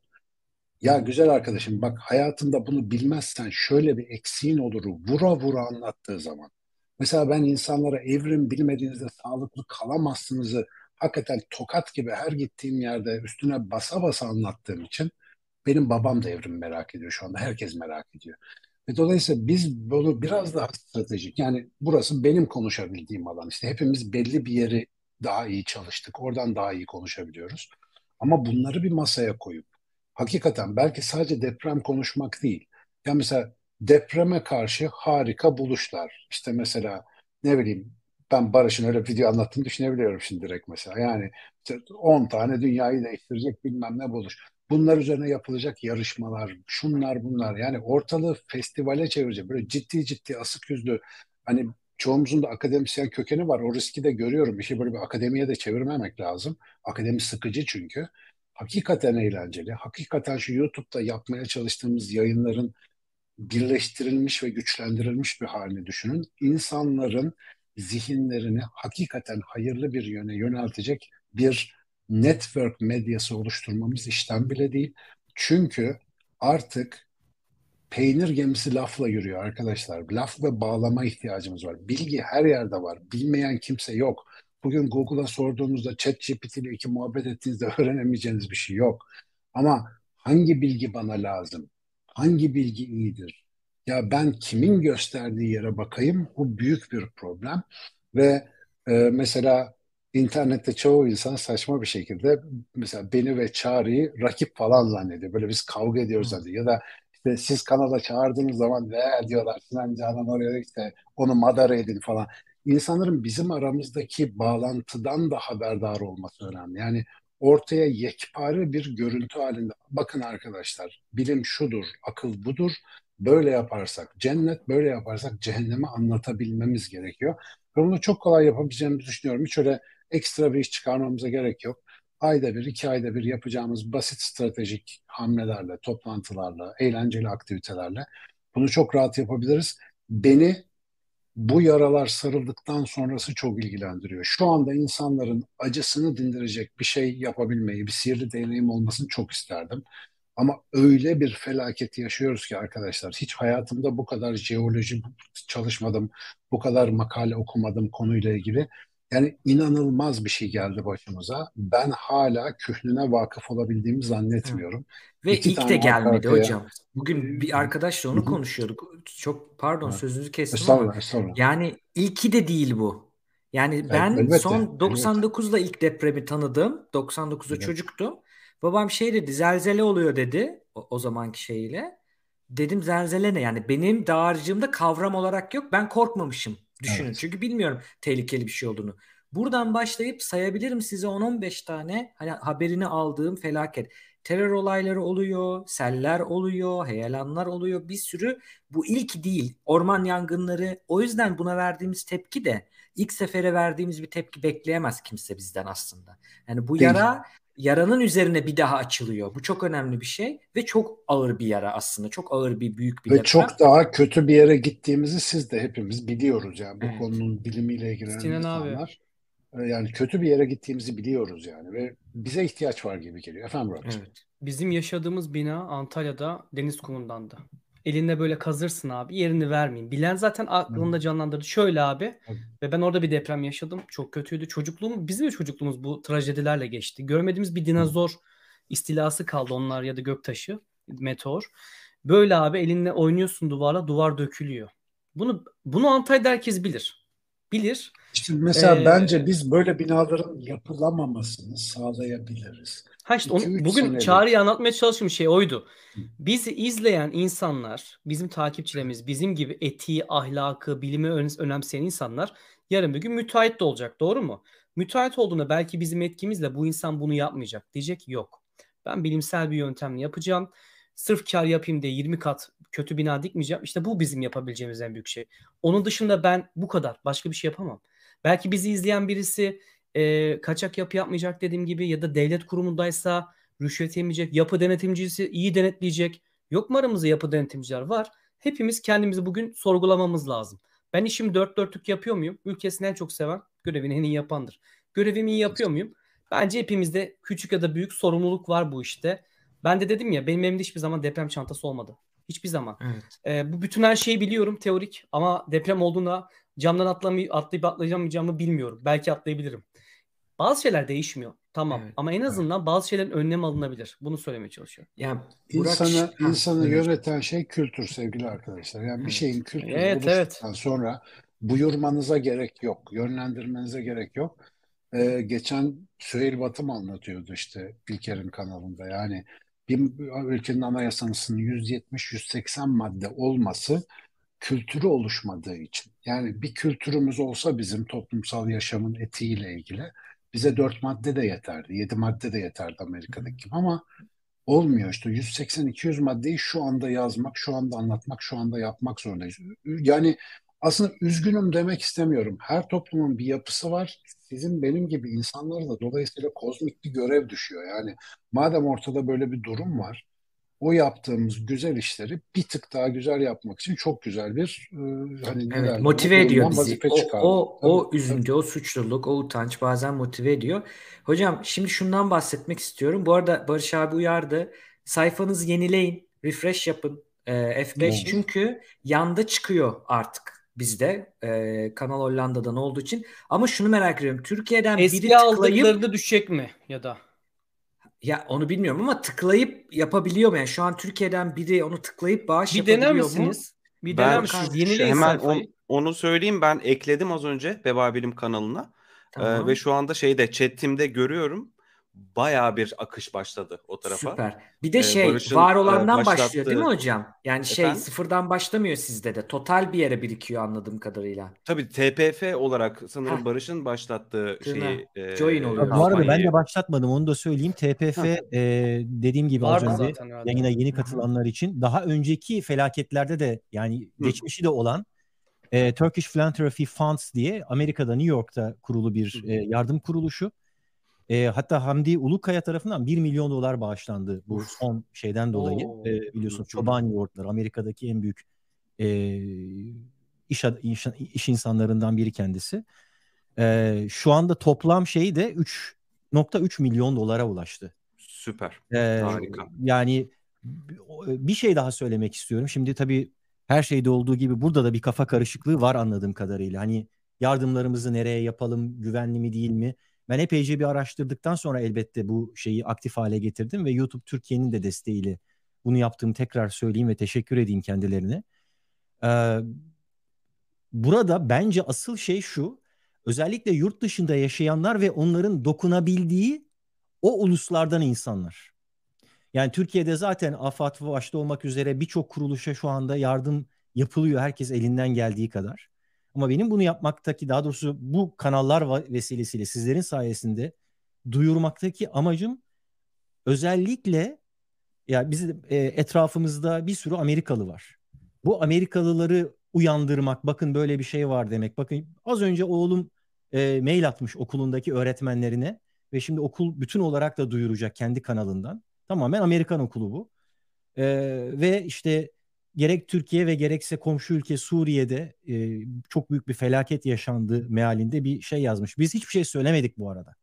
Ya güzel arkadaşım bak hayatında bunu bilmezsen şöyle bir eksiğin olur vura vura anlattığı zaman. Mesela ben insanlara evrim bilmediğinizde sağlıklı kalamazsınızı hakikaten tokat gibi her gittiğim yerde üstüne basa basa anlattığım için benim babam da evrim merak ediyor şu anda. Herkes merak ediyor. Ve dolayısıyla biz bunu biraz daha stratejik, yani burası benim konuşabildiğim alan. İşte hepimiz belli bir yeri daha iyi çalıştık. Oradan daha iyi konuşabiliyoruz. Ama bunları bir masaya koyup hakikaten belki sadece deprem konuşmak değil. Ya mesela depreme karşı harika buluşlar. İşte mesela ne bileyim, ben Barış'ın öyle bir video anlattığını düşünebiliyorum şimdi direkt mesela. Yani işte on tane dünyayı değiştirecek bilmem ne buluş. Bunlar üzerine yapılacak yarışmalar, şunlar bunlar. Yani ortalığı festivale çevirecek. Böyle ciddi ciddi asık yüzlü, hani çoğumuzun da akademisyen kökeni var. O riski de görüyorum. İşi böyle bir akademiye de çevirmemek lazım. Akademi sıkıcı çünkü. Hakikaten eğlenceli. Hakikaten şu YouTube'da yapmaya çalıştığımız yayınların birleştirilmiş ve güçlendirilmiş bir halini düşünün. İnsanların zihinlerini hakikaten hayırlı bir yöne yöneltecek bir network medyası oluşturmamız işten bile değil. Çünkü artık peynir gemisi lafla yürüyor arkadaşlar. Laf ve bağlama ihtiyacımız var. Bilgi her yerde var. Bilmeyen kimse yok. Bugün Google'a sorduğunuzda, ChatGPT ile iki muhabbet ettiğinizde öğrenemeyeceğiniz bir şey yok. Ama hangi bilgi bana lazım? Hangi bilgi iyidir? Ya ben kimin gösterdiği yere bakayım, bu büyük bir problem. Ve e, mesela internette çoğu insan saçma bir şekilde mesela beni ve Çağrı'yı rakip falan zannediyor. Böyle biz kavga ediyoruz zannediyor. Ya da işte siz kanala çağırdığınız zaman ne diyorlar, Sinan Canan oraya işte onu madara edin falan. İnsanların bizim aramızdaki bağlantıdan da haberdar olması önemli. Yani ortaya yekpare bir görüntü halinde. Bakın arkadaşlar, bilim şudur, akıl budur. Böyle yaparsak cennet, böyle yaparsak cehennemi anlatabilmemiz gerekiyor. Ve bunu çok kolay yapabileceğimizi düşünüyorum. Hiç öyle ekstra bir iş çıkarmamıza gerek yok. Ayda bir, iki ayda bir yapacağımız basit stratejik hamlelerle, toplantılarla, eğlenceli aktivitelerle bunu çok rahat yapabiliriz. Beni bu yaralar sarıldıktan sonrası çok ilgilendiriyor. Şu anda insanların acısını dindirecek bir şey yapabilmeyi, bir sihirli deneyim olmasını çok isterdim. Ama öyle bir felaket yaşıyoruz ki arkadaşlar, hiç hayatımda bu kadar jeoloji çalışmadım, bu kadar makale okumadım konuyla ilgili. Yani inanılmaz bir şey geldi başımıza. Ben hala kühnüne vakıf olabildiğimi zannetmiyorum. Ve İki ilk de tane arka gelmedi arkaya. hocam. Bugün bir arkadaşla Hı onu hı. konuşuyorduk. Çok pardon, Evet. sözünüzü kestim ama Estağfurullah, estağfurullah. yani ilki de değil bu. Yani El- ben Elbette, son elbette. doksan dokuzda ilk depremi tanıdım. doksan dokuzda Evet. çocuktum. Babam şey dedi, zelzele oluyor dedi o, o zamanki şeyle. Dedim zelzele ne? Yani benim dağarcığımda kavram olarak yok. Ben korkmamışım. Düşünün. Evet. Çünkü bilmiyorum tehlikeli bir şey olduğunu. Buradan başlayıp sayabilirim size on on beş tane hani haberini aldığım felaket. Terör olayları oluyor, seller oluyor, heyelanlar oluyor, bir sürü. Bu ilk değil. Orman yangınları. O yüzden buna verdiğimiz tepki de ilk sefere verdiğimiz bir tepki bekleyemez kimse bizden aslında. Yani bu Değil. yara yaranın üzerine bir daha açılıyor. Bu çok önemli bir şey ve çok ağır bir yara aslında. Çok ağır bir büyük bir Ve deprem. çok daha kötü bir yere gittiğimizi siz de hepimiz biliyoruz yani. Bu Evet. konunun bilimiyle ilgilenen Sinan abi. insanlar. e, Yani kötü bir yere gittiğimizi biliyoruz yani. Ve bize ihtiyaç var gibi geliyor. Efendim Muratcığım. Evet. Bizim yaşadığımız bina Antalya'da deniz kumundandı. Elinde böyle kazırsın abi, yerini vermeyin. Bilen zaten aklında canlandırdı. Şöyle abi, Evet. ve ben orada bir deprem yaşadım. Çok kötüydü. Çocukluğum, bizim de çocukluğumuz bu trajedilerle geçti. Görmediğimiz bir dinozor istilası kaldı, onlar ya da göktaşı, meteor. Böyle abi elinle oynuyorsun duvarla, duvar dökülüyor. Bunu bunu Antalya'da herkes bilir. Bilir. İşte mesela Ee, bence biz böyle binaların yapılamamasını sağlayabiliriz. Ha işte onu, iki üç bugün senelik. Çağrı'ya anlatmaya çalıştığım şey oydu. Bizi izleyen insanlar, bizim takipçilerimiz, bizim gibi etiği, ahlakı, bilimi ön- önemseyen insanlar yarın bir gün müteahhit de olacak. Doğru mu? Müteahhit olduğunda belki bizim etkimizle bu insan bunu yapmayacak. Diyecek yok. Ben bilimsel bir yöntemle yapacağım. Sırf kar yapayım diye yirmi kat kötü bina dikmeyeceğim. İşte bu bizim yapabileceğimiz en büyük şey. Onun dışında ben bu kadar. Başka bir şey yapamam. Belki bizi izleyen birisi e, kaçak yapı yapmayacak dediğim gibi, ya da devlet kurumundaysa rüşvet yemeyecek, yapı denetimcisi iyi denetleyecek. Yok mu aramızda yapı denetimciler? Var. Hepimiz kendimizi bugün sorgulamamız lazım. Ben işimi dört dörtlük yapıyor muyum? Ülkesini en çok seven, görevini en iyi yapandır. Görevimi iyi yapıyor muyum? Bence hepimizde küçük ya da büyük sorumluluk var bu işte. Ben de dedim ya, benim elimde hiçbir zaman deprem çantası olmadı. Hiçbir zaman. Evet. Ee, bu bütün her şeyi biliyorum teorik, ama deprem olduğunda camdan atlamay atlayıp atlayamayacağımı bilmiyorum. Belki atlayabilirim. bazı şeyler değişmiyor. Tamam Evet. ama en azından bazı şeylerin önlem alınabilir. Bunu söylemeye çalışıyorum. Yani Burak İnsanı, Ha, insanı buyurun hocam. yöneten şey kültür sevgili arkadaşlar. Yani bir Evet. şeyin kültürü Evet evet. oluştuktan sonra buyurmanıza gerek yok, yönlendirmenize gerek yok. Ee, geçen Süheyl Batım anlatıyordu işte İlker'in kanalında. Yani bir ülkenin anayasasının yüz yetmiş yüz seksen madde olması kültürü oluşmadığı için. Yani bir kültürümüz olsa bizim toplumsal yaşamın etiğiyle ilgili bize dört madde de yeterdi, yedi madde de yeterdi Amerika'daki gibi ama olmuyor işte yüz seksen iki yüz maddeyi şu anda yazmak, şu anda anlatmak, şu anda yapmak zorundayız. Yani aslında üzgünüm demek istemiyorum. Her toplumun bir yapısı var. Sizin benim gibi insanlara da dolayısıyla kozmik bir görev düşüyor. Yani madem ortada böyle bir durum var, o yaptığımız güzel işleri bir tık daha güzel yapmak için çok güzel bir e, hani ne Evet, derler ona motive ediyor durumdan bizi. vazife O çıkarmak. o Tabii, o tabii. üzüntü, o suçluluk, o utanç bazen motive ediyor. Hocam şimdi şundan bahsetmek istiyorum. Bu arada Barış abi uyardı. Sayfanızı yenileyin, refresh yapın. Ee, F beş Evet. çünkü yanda çıkıyor artık bizde. Ee, Kanal Hollanda'dan olduğu için. Ama şunu merak ediyorum. Türkiye'den biri Eski tıklayıp aldıklarında düşecek mi ya da? ya onu bilmiyorum ama tıklayıp yapabiliyor mu? Yani şu an Türkiye'den biri onu tıklayıp bağış Bir dener yapabiliyor mu? misiniz? Bir Ben dener Bakar misiniz? mısın? şu- Yenileyin hemen on- sayfayı. onu söyleyeyim, ben ekledim az önce Bebabilim kanalına. Ee, ve Tamam. şu anda şeyde chat'imde görüyorum, bayağı bir akış başladı o tarafa. Süper. Bir de Ee, şey Barış'ın var e, olandan başlıyor değil mi başlattığı hocam? Yani şey efendim. sıfırdan başlamıyor sizde de. Total bir yere birikiyor anladığım kadarıyla. Tabii T P F olarak Heh, sanırım Barış'ın başlattığı tığına şeyi join e, Ha, oluyoruz. bu arada ben kampanyayı. de başlatmadım, onu da söyleyeyim. T P F Heh. e, dediğim gibi az Vardı önce zaten herhalde. yayına yeni Hı hı. katılanlar için daha önceki felaketlerde de yani Hı. geçmişi de olan e, Turkish Philanthropy Funds diye Amerika'da New York'ta kurulu bir Hı. e, yardım kuruluşu. E, hatta Hamdi Ulukaya tarafından bir milyon dolar bağışlandı bu Uf. son şeyden dolayı. Oo. E, Hı hı biliyorsunuz hı. çoban yoğurtları Amerika'daki en büyük e, iş, ad- iş, iş insanlarından biri kendisi. E, şu anda toplam şey de üç nokta üç milyon dolara ulaştı. Süper. E, Harika. yani bir şey daha söylemek istiyorum. Şimdi tabii her şeyde olduğu gibi burada da bir kafa karışıklığı var anladığım kadarıyla. Hani yardımlarımızı nereye yapalım, güvenli mi değil mi? Ben epeyce bir araştırdıktan sonra elbette bu şeyi aktif hale getirdim ve YouTube Türkiye'nin de desteğiyle bunu yaptığımı tekrar söyleyeyim ve teşekkür edeyim kendilerine. Ee, burada bence asıl şey şu, özellikle yurt dışında yaşayanlar ve onların dokunabildiği o uluslardan insanlar. Yani Türkiye'de zaten AFAD başta olmak üzere birçok kuruluşa şu anda yardım yapılıyor, herkes elinden geldiği kadar. Ama benim bunu yapmaktaki, daha doğrusu bu kanallar vesilesiyle sizlerin sayesinde duyurmaktaki amacım özellikle ya bizim e, etrafımızda bir sürü Amerikalı var. Bu Amerikalıları uyandırmak, bakın böyle bir şey var demek. Bakın az önce oğlum e, mail atmış okulundaki öğretmenlerine ve şimdi okul bütün olarak da duyuracak kendi kanalından. Tamamen Amerikan okulu bu. E, ve işte gerek Türkiye ve gerekse komşu ülke Suriye'de e, çok büyük bir felaket yaşandığı mealinde bir şey yazmış. Biz hiçbir şey söylemedik bu arada.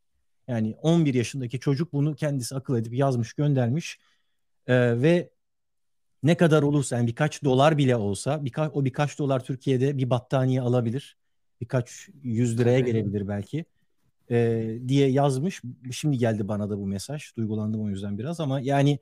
Yani on bir yaşındaki çocuk bunu kendisi akıl edip yazmış, göndermiş. Ee, ve ne kadar olursa yani birkaç dolar bile olsa birka o birkaç dolar Türkiye'de bir battaniye alabilir. Birkaç yüz liraya Tabii. gelebilir belki ee, diye yazmış. Şimdi geldi bana da bu mesaj. Duygulandım o yüzden biraz ama yani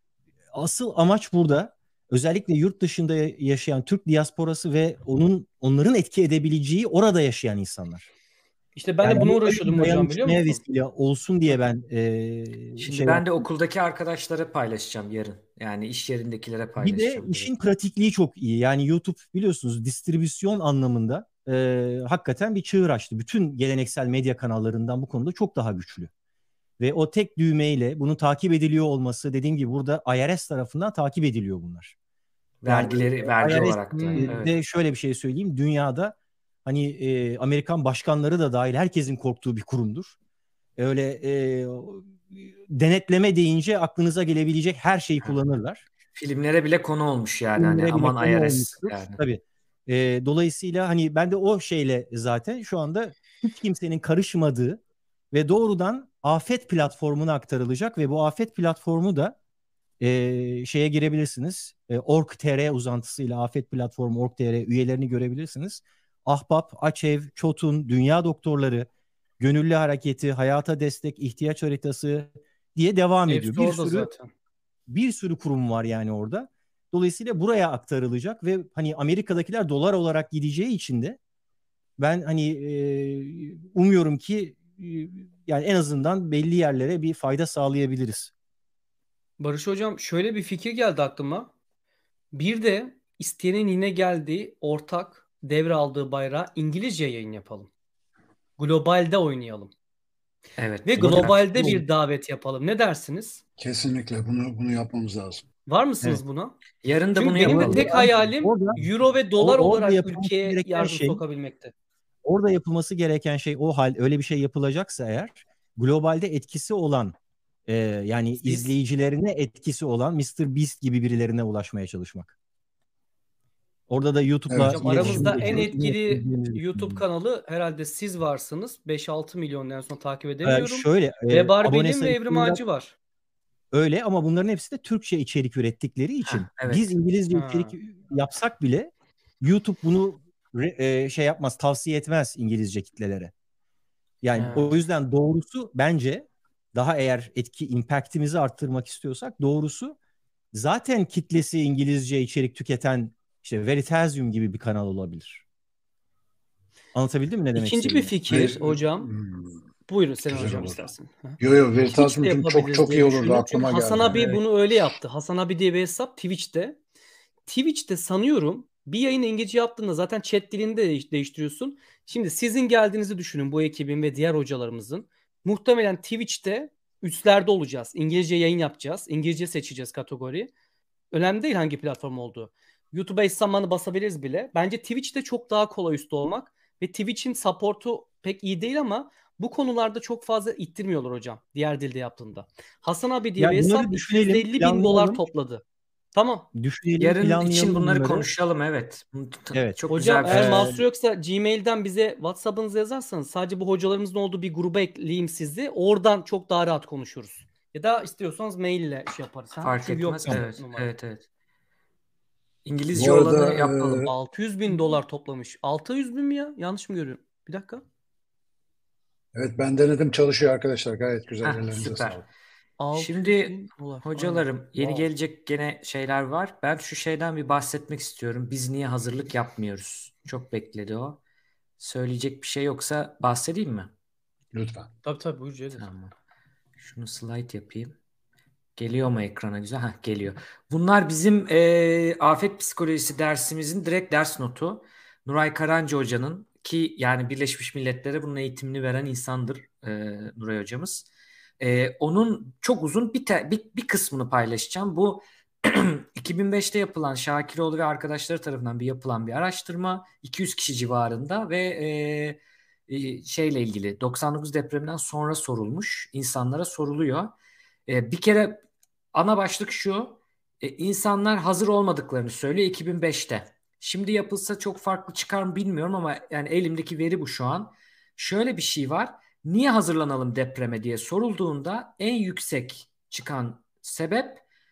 asıl amaç burada özellikle yurt dışında yaşayan Türk diasporası ve onun onların etki edebileceği orada yaşayan insanlar. İşte ben Yani de bunu bu uğraşıyordum hocam biliyor dayanışmaya musun? vesile olsun diye ben e, Şimdi şey ben de yaptım. okuldaki arkadaşlara paylaşacağım yarın. Yani iş yerindekilere Bir de paylaşacağım işin direkt. pratikliği çok iyi. Yani YouTube biliyorsunuz distribüsyon anlamında e, hakikaten bir çığır açtı. Bütün geleneksel medya kanallarından bu konuda çok daha güçlü. Ve o tek düğmeyle bunun takip ediliyor olması, dediğim gibi burada I R S tarafından takip ediliyor bunlar. Yani Vergileri vergi I R S olarak da. Hmm. Evet. de şöyle bir şey söyleyeyim. Dünyada hani e, Amerikan başkanları da dahil herkesin korktuğu bir kurumdur. Öyle e, denetleme deyince aklınıza gelebilecek her şeyi kullanırlar. Filmlere bile konu olmuş yani hani Filmlere bile aman konu I R S olmuştur. yani. Tabii. E, dolayısıyla hani ben de o şeyle zaten şu anda hiç kimsenin karışmadığı ve doğrudan Afet platformuna aktarılacak ve bu Afet platformu da e, şeye girebilirsiniz. E, org.tr uzantısıyla Afet platformu org.tr üyelerini görebilirsiniz. Ahbap, Açev, ÇOT'un, Dünya Doktorları, gönüllü hareketi, hayata destek, ihtiyaç haritası diye devam Hepsi ediyor. Bir orada sürü zaten. bir sürü kurum var yani orada. Dolayısıyla buraya aktarılacak ve hani Amerika'dakiler dolar olarak gideceği için de ben hani e, umuyorum ki e, yani en azından belli yerlere bir fayda sağlayabiliriz. Barış Hocam şöyle bir fikir geldi aklıma. Bir de isteyenin yine geldiği ortak devraldığı bayrağı İngilizce yayın yapalım. Globalde oynayalım. Evet. Ve mutlaka. globalde bir davet yapalım. Ne dersiniz? Kesinlikle bunu bunu yapmamız lazım. Var mısınız Evet. buna? Yarın da Çünkü bunu benim de yapalım. tek hayalim Orada, euro ve dolar orada olarak yapılması ülkeye gereken yardım şey- sokabilmekte. Orada yapılması gereken şey o hal öyle bir şey yapılacaksa eğer globalde etkisi olan e, yani Siz- izleyicilerine etkisi olan mister Beast gibi birilerine ulaşmaya çalışmak. Orada da YouTube'la Evet, Hocam iletişim aramızda en geçiyoruz. etkili YouTube kanalı herhalde siz varsınız. beş altı milyon en son takip Ee, edemiyorum. şöyle e, Ve abone Barbilim ve sayısı Evrim Ağacı var. öyle ama bunların hepsi de Türkçe içerik ürettikleri için Heh, evet. biz İngilizce Ha. içerik yapsak bile YouTube bunu re- e, şey yapmaz, tavsiye etmez İngilizce kitlelere. Yani Evet. o yüzden doğrusu bence daha eğer etki impact'imizi arttırmak istiyorsak doğrusu zaten kitlesi İngilizce içerik tüketen işte Veritasium gibi bir kanal olabilir. Anlatabildim mi ne demek İkinci bir istediğimi? fikir Ve- hocam. Hmm. Buyurun Senin Güzel Hocam olur. istersen. Hı. Yo yo Twitch'te Veritasium'cum çok yapabiliriz çok diye iyi olurdu, düşündüm. Çünkü aklıma Hasan geldi. abi Evet. bunu öyle yaptı. Hasan abi diye bir hesap Twitch'te. Twitch'te sanıyorum bir yayını İngilizce yaptığında zaten chat dilini de değiş- değiştiriyorsun. Şimdi sizin geldiğinizi düşünün, bu ekibin ve diğer hocalarımızın. Muhtemelen Twitch'te üstlerde olacağız. İngilizce yayın yapacağız. İngilizce seçeceğiz kategori. Önemli değil hangi platform olduğu. YouTube'a eş zamanlı basabiliriz bile. Bence Twitch'te çok daha kolay üstte olmak ve Twitch'in support'u pek iyi değil ama bu konularda çok fazla ittirmiyorlar hocam. Diğer dilde yaptığında. Hasan abi diye Ya bir bunları hesap düşünelim, iki yüz elli bin planlayalım. dolar topladı. Tamam. Düşünelim, Yarın için planlayalım bunları bunları. konuşalım, evet. Bu t- Evet. Çok Hocam güzel bir eğer şey. mahsur yoksa Gmail'den bize WhatsApp'ınızı yazarsanız sadece bu hocalarımızın olduğu bir gruba ekleyeyim sizi. Oradan çok daha rahat konuşuruz. Ya da istiyorsanız maille şey yaparız. Ha? Fark Çünkü yok etmez. bizde Evet, numara. evet, evet. İngilizce Bu arada, olanı yapalım. e, altı yüz bin dolar toplamış. altı yüz bin mi ya? Yanlış mı görüyorum? Bir dakika. Evet, ben denedim, çalışıyor arkadaşlar, gayet güzel, Heh, ellerinize süper. sağlık. altı yüz Şimdi bin dolar. hocalarım, Aynen. yeni Wow. gelecek gene şeyler var. Ben şu şeyden bir bahsetmek istiyorum. Biz niye hazırlık yapmıyoruz? Çok bekledi o. Söyleyecek bir şey yoksa bahsedeyim mi? Lütfen. Tabii tabii buyur Cevdet. Tamam. Şunu slide yapayım. Geliyor mu ekrana güzel? Heh, geliyor. Bunlar bizim e, afet psikolojisi dersimizin direkt ders notu. Nuray Karancı hocanın, ki yani Birleşmiş Milletler'e bunun eğitimini veren insandır e, Nuray hocamız. E, onun çok uzun bir, te- bir, bir kısmını paylaşacağım. Bu iki bin beşte yapılan, Şakiroğlu ve arkadaşları tarafından bir yapılan bir araştırma. iki yüz kişi civarında ve e, e, şeyle ilgili doksan dokuz depreminden sonra sorulmuş. İnsanlara soruluyor. E, bir kere ana başlık şu: e, insanlar hazır olmadıklarını söylüyor iki bin beşte. Şimdi yapılsa çok farklı çıkar mı bilmiyorum ama yani elimdeki veri bu şu an. Şöyle bir şey var. Niye hazırlanalım depreme diye sorulduğunda en yüksek çıkan sebep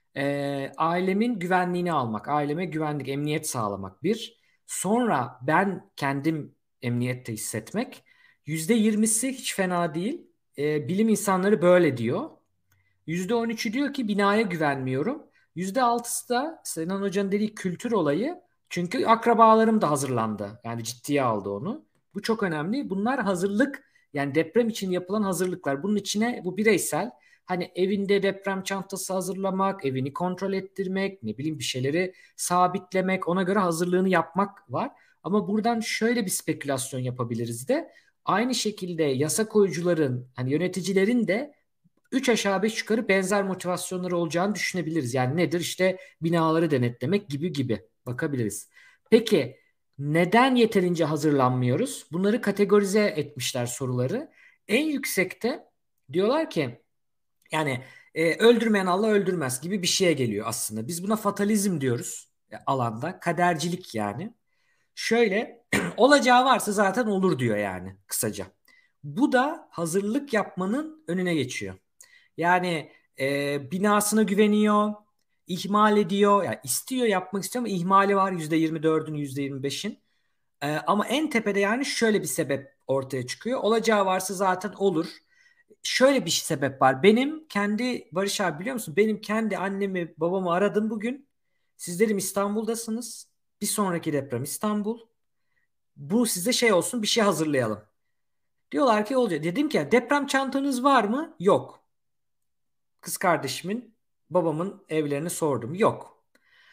e, ailemin güvenliğini almak, aileme güvenlik, emniyet sağlamak bir. Sonra ben kendim emniyette hissetmek. yüzde yirmisi hiç fena değil. E, bilim insanları böyle diyor. yüzde on üçü diyor ki binaya güvenmiyorum. yüzde altısı da Sinan Hoca'nın dediği kültür olayı. Çünkü akrabalarım da hazırlandı. Yani ciddiye aldı onu. Bu çok önemli. Bunlar hazırlık, yani deprem için yapılan hazırlıklar. Bunun içine bu bireysel, hani evinde deprem çantası hazırlamak, evini kontrol ettirmek, ne bileyim bir şeyleri sabitlemek, ona göre hazırlığını yapmak var. Ama buradan şöyle bir spekülasyon yapabiliriz de, aynı şekilde yasa koyucuların, hani yöneticilerin de üç aşağı beş yukarı benzer motivasyonları olacağını düşünebiliriz. Yani nedir? İşte binaları denetlemek gibi gibi bakabiliriz. Peki neden yeterince hazırlanmıyoruz? Bunları kategorize etmişler soruları. En yüksekte diyorlar ki yani e, öldürmeyen Allah öldürmez gibi bir şeye geliyor aslında. Biz buna fatalizm diyoruz e, alanda. Kadercilik yani. Şöyle olacağı varsa zaten olur diyor yani kısaca. Bu da hazırlık yapmanın önüne geçiyor. Yani e, binasına güveniyor, ihmal ediyor, yani istiyor, yapmak istiyor ama ihmali var yüzde yirmi dördün, yüzde yirmi beşin. E, ama en tepede yani şöyle bir sebep ortaya çıkıyor. Olacağı varsa zaten olur. Şöyle bir sebep var. Benim kendi Barış abi biliyor musun? Benim kendi annemi babamı aradım bugün. Siz dedim İstanbul'dasınız. Bir sonraki deprem İstanbul. Bu size şey olsun bir şey hazırlayalım. Diyorlar ki olacak. Dedim ki deprem çantanız var mı? Yok. Kız kardeşimin babamın evlerini sordum. Yok.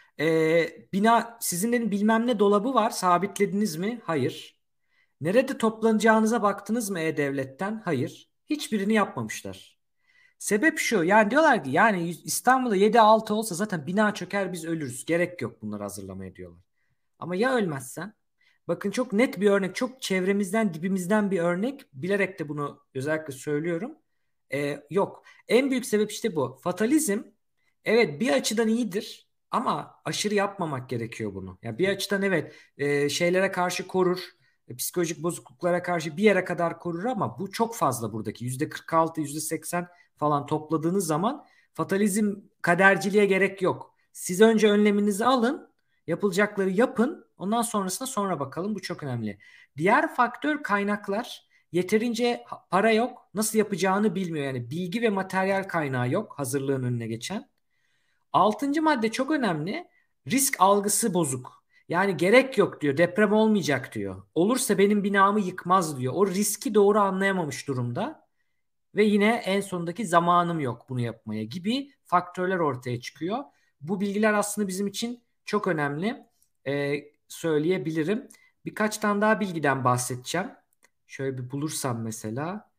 Ee, bina sizin dedim bilmem ne dolabı var. Sabitlediniz mi? Hayır. Nerede toplanacağınıza baktınız mı E-Devlet'ten? Hayır. Hiçbirini yapmamışlar. Sebep şu yani diyorlar ki yani İstanbul'da yedi altı olsa zaten bina çöker biz ölürüz. Gerek yok bunları hazırlamaya diyorlar. Ama ya ölmezsen? Bakın çok net bir örnek, çok çevremizden, dibimizden bir örnek. Bilerek de bunu özellikle söylüyorum. Ee, yok. En büyük sebep işte bu. Fatalizm evet bir açıdan iyidir ama aşırı yapmamak gerekiyor bunu. Yani bir açıdan evet e, şeylere karşı korur, e, psikolojik bozukluklara karşı bir yere kadar korur ama bu çok fazla buradaki. yüzde kırk altı, yüzde seksen falan topladığınız zaman fatalizm, kaderciliğe gerek yok. Siz önce önleminizi alın. Yapılacakları yapın. Ondan sonrasına sonra bakalım. Bu çok önemli. Diğer faktör kaynaklar. Yeterince para yok. Nasıl yapacağını bilmiyor. Yani bilgi ve materyal kaynağı yok. Hazırlığın önüne geçen. Altıncı madde çok önemli. Risk algısı bozuk. Yani gerek yok diyor. Deprem olmayacak diyor. Olursa benim binamı yıkmaz diyor. O riski doğru anlayamamış durumda. Ve yine en sondaki zamanım yok bunu yapmaya gibi faktörler ortaya çıkıyor. Bu bilgiler aslında bizim için çok önemli. Ee, söyleyebilirim. Birkaç tane daha bilgiden bahsedeceğim. Şöyle bir bulursam mesela.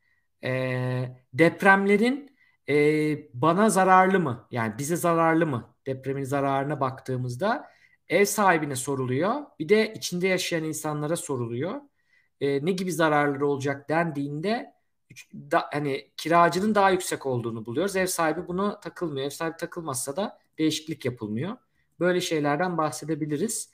Ee, depremlerin e, bana zararlı mı? Yani bize zararlı mı? Depremin zararına baktığımızda ev sahibine soruluyor. Bir de içinde yaşayan insanlara soruluyor. Ee, ne gibi zararları olacak dendiğinde da, hani kiracının daha yüksek olduğunu buluyoruz. Ev sahibi buna takılmıyor. Ev sahibi takılmazsa da değişiklik yapılmıyor. Böyle şeylerden bahsedebiliriz.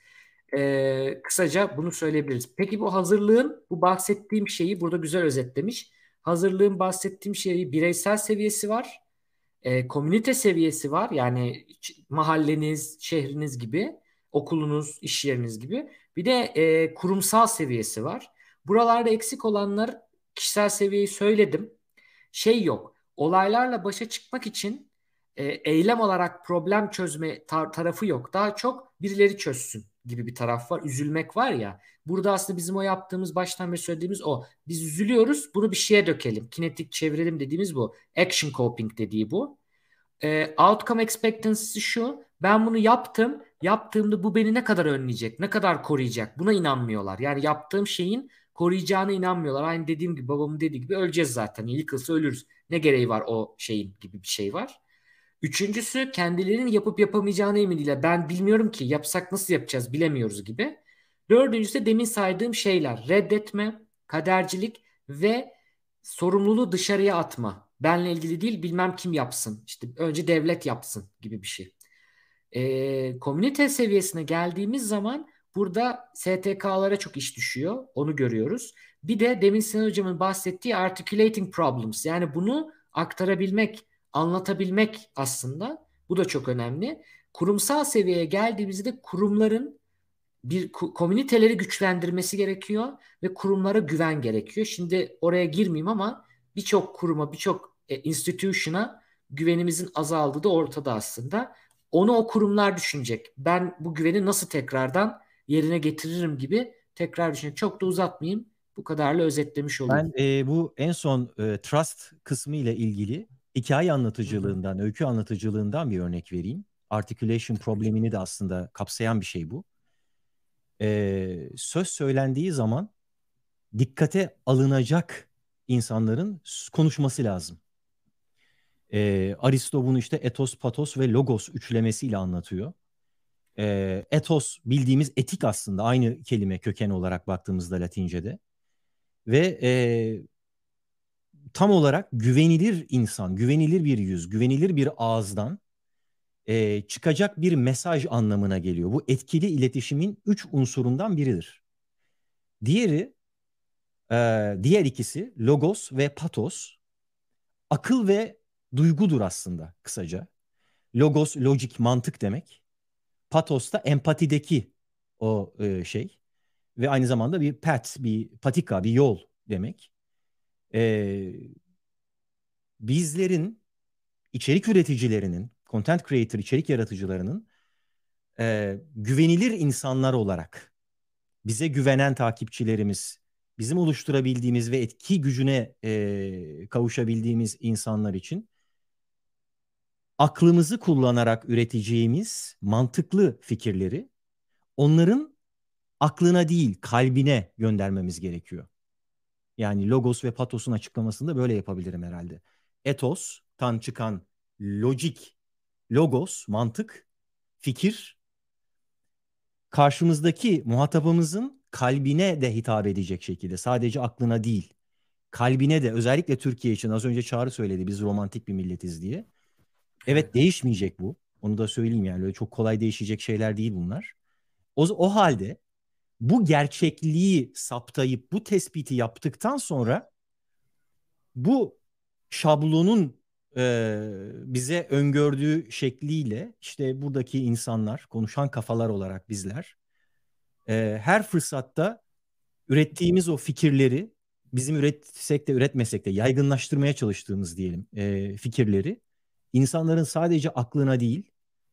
Ee, kısaca bunu söyleyebiliriz. Peki bu hazırlığın, bu bahsettiğim şeyi burada güzel özetlemiş. Hazırlığın bahsettiğim şeyi bireysel seviyesi var. E, komünite seviyesi var. Yani mahalleniz, şehriniz gibi, okulunuz, iş yeriniz gibi. Bir de e, kurumsal seviyesi var. Buralarda eksik olanlar kişisel seviyeyi söyledim. Şey yok. Olaylarla başa çıkmak için e, eylem olarak problem çözme tar- tarafı yok. Daha çok birileri çözsün gibi bir taraf var. Üzülmek var ya. Burada aslında bizim o yaptığımız baştan beri söylediğimiz o. Biz üzülüyoruz. Bunu bir şeye dökelim. Kinetik çevirelim dediğimiz bu. Action coping dediği bu. E, outcome expectancy şu. Ben bunu yaptım. Yaptığımda bu beni ne kadar önleyecek? Ne kadar koruyacak? Buna inanmıyorlar. Yani yaptığım şeyin koruyacağına inanmıyorlar. Aynı dediğim gibi babamın dediği gibi öleceğiz zaten. Yıkılsa ölürüz. Ne gereği var o şeyin gibi bir şey var. Üçüncüsü kendilerinin yapıp yapamayacağına emin değiller. Ben bilmiyorum ki yapsak nasıl yapacağız bilemiyoruz gibi. Dördüncüsü de demin saydığım şeyler. Reddetme, kadercilik ve sorumluluğu dışarıya atma. Benle ilgili değil bilmem kim yapsın. İşte önce devlet yapsın gibi bir şey. Ee, komünite seviyesine geldiğimiz zaman burada S T K'lara çok iş düşüyor. Onu görüyoruz. Bir de demin Sinan Hocam'ın bahsettiği articulating problems. Yani bunu aktarabilmek, anlatabilmek aslında. Bu da çok önemli. Kurumsal seviyeye geldiğimizde kurumların bir komüniteleri güçlendirmesi gerekiyor ve kurumlara güven gerekiyor. Şimdi oraya girmeyeyim ama birçok kuruma, birçok e, institution'a güvenimizin azaldığı da ortada aslında. Onu o kurumlar düşünecek. Ben bu güveni nasıl tekrardan yerine getiririm gibi tekrar düşünecek. Çok da uzatmayayım. Bu kadarla özetlemiş olayım. Ben e, bu en son e, trust kısmı ile ilgili hikaye anlatıcılığından, öykü anlatıcılığından bir örnek vereyim. Articulation problemini de aslında kapsayan bir şey bu. E, söz söylendiği zaman dikkate alınacak insanların konuşması lazım. E, Aristo bunu işte etos, patos ve logos üçlemesiyle anlatıyor. E, etos bildiğimiz etik aslında aynı kelime köken olarak baktığımızda Latince'de. Ve e, tam olarak güvenilir insan, güvenilir bir yüz, güvenilir bir ağızdan e, çıkacak bir mesaj anlamına geliyor. Bu etkili iletişimin üç unsurundan biridir. Diğeri, e, diğer ikisi logos ve patos, akıl ve duygudur aslında kısaca. Logos, lojik, mantık demek. Patos da empatideki o e, şey. Ve aynı zamanda bir path, bir patika, bir yol demek. Ee, bizlerin, içerik üreticilerinin, content creator, içerik yaratıcılarının e, güvenilir insanlar olarak bize güvenen takipçilerimiz, bizim oluşturabildiğimiz ve etki gücüne e, kavuşabildiğimiz insanlar için aklımızı kullanarak üreteceğimiz mantıklı fikirleri onların aklına değil kalbine göndermemiz gerekiyor. Yani logos ve patos'un açıklamasını da böyle yapabilirim herhalde. Ethos'tan çıkan lojik, logos, mantık, fikir karşımızdaki muhatabımızın kalbine de hitap edecek şekilde, sadece aklına değil, kalbine de, özellikle Türkiye için, az önce Çağrı söyledi biz romantik bir milletiz diye. Evet, değişmeyecek bu. Onu da söyleyeyim, yani öyle çok kolay değişecek şeyler değil bunlar. O, o halde bu gerçekliği saptayıp bu tespiti yaptıktan sonra bu şablonun e, bize öngördüğü şekliyle işte buradaki insanlar, konuşan kafalar olarak bizler e, her fırsatta ürettiğimiz o fikirleri, bizim üretsek de üretmesek de yaygınlaştırmaya çalıştığımız diyelim e, fikirleri insanların sadece aklına değil,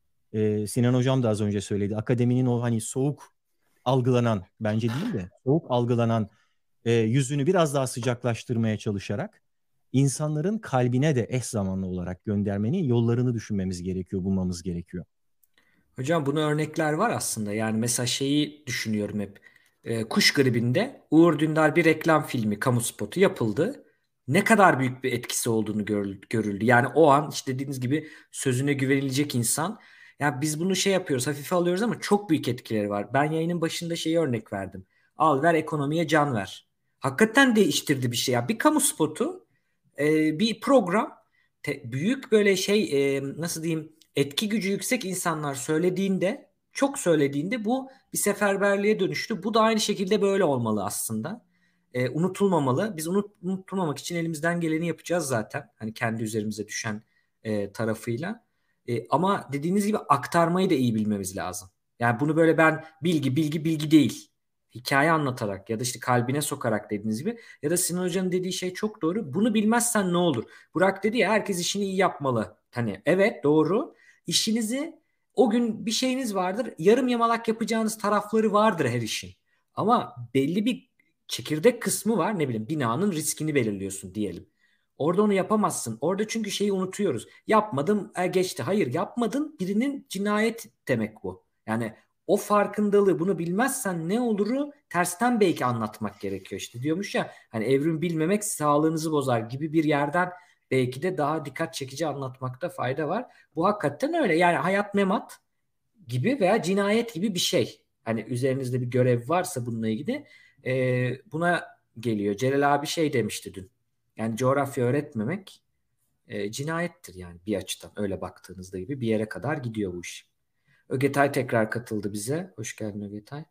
e, Sinan Hocam da az önce söyledi, akademinin o hani soğuk algılanan, bence değil de soğuk algılanan e, yüzünü biraz daha sıcaklaştırmaya çalışarak insanların kalbine de eş zamanlı olarak göndermenin yollarını düşünmemiz gerekiyor, bulmamız gerekiyor. Hocam buna örnekler var aslında. Yani mesela şeyi düşünüyorum hep. Ee, kuş gribinde Uğur Dündar bir reklam filmi, kamu spotu yapıldı. Ne kadar büyük bir etkisi olduğunu görül- görüldü. Yani o an işte dediğiniz gibi sözüne güvenilecek insan. Yani biz bunu şey yapıyoruz, hafife alıyoruz ama çok büyük etkileri var. Ben yayının başında şeyi örnek verdim. Al ver ekonomiye can ver. Hakikaten değiştirdi bir şey. Ya bir kamu spotu, e, bir program, te- büyük böyle şey, e, nasıl diyeyim, etki gücü yüksek insanlar söylediğinde, çok söylediğinde bu bir seferberliğe dönüştü. Bu da aynı şekilde böyle olmalı aslında. E, unutulmamalı. Biz unut, unutulmamak için elimizden geleni yapacağız zaten. Hani kendi üzerimize düşen e, tarafıyla. E, ama dediğiniz gibi aktarmayı da iyi bilmemiz lazım. Yani bunu böyle ben bilgi bilgi bilgi değil, hikaye anlatarak ya da işte kalbine sokarak dediğiniz gibi, ya da Sinan Hoca'nın dediği şey çok doğru. Bunu bilmezsen ne olur? Burak dedi ya, herkes işini iyi yapmalı. Hani evet, doğru. İşinizi, o gün bir şeyiniz vardır. Yarım yamalak yapacağınız tarafları vardır her işin. Ama belli bir çekirdek kısmı var. Ne bileyim, binanın riskini belirliyorsun diyelim. Orada onu yapamazsın. Orada çünkü şeyi unutuyoruz. Yapmadım, e, geçti. Hayır, yapmadın. Birinin cinayet demek bu. Yani o farkındalığı, bunu bilmezsen ne oluru tersten belki anlatmak gerekiyor. İşte diyormuş ya, hani evrim bilmemek sağlığınızı bozar gibi bir yerden belki de daha dikkat çekici anlatmakta fayda var. Bu hakikaten öyle. Yani hayat memat gibi veya cinayet gibi bir şey. Hani üzerinizde bir görev varsa bununla ilgili, e, buna geliyor. Celal abi şey demişti dün. Yani coğrafya öğretmemek e, cinayettir yani, bir açıdan öyle baktığınızda gibi bir yere kadar gidiyor bu iş. Ögetay tekrar katıldı bize. Hoş geldin Ögetay.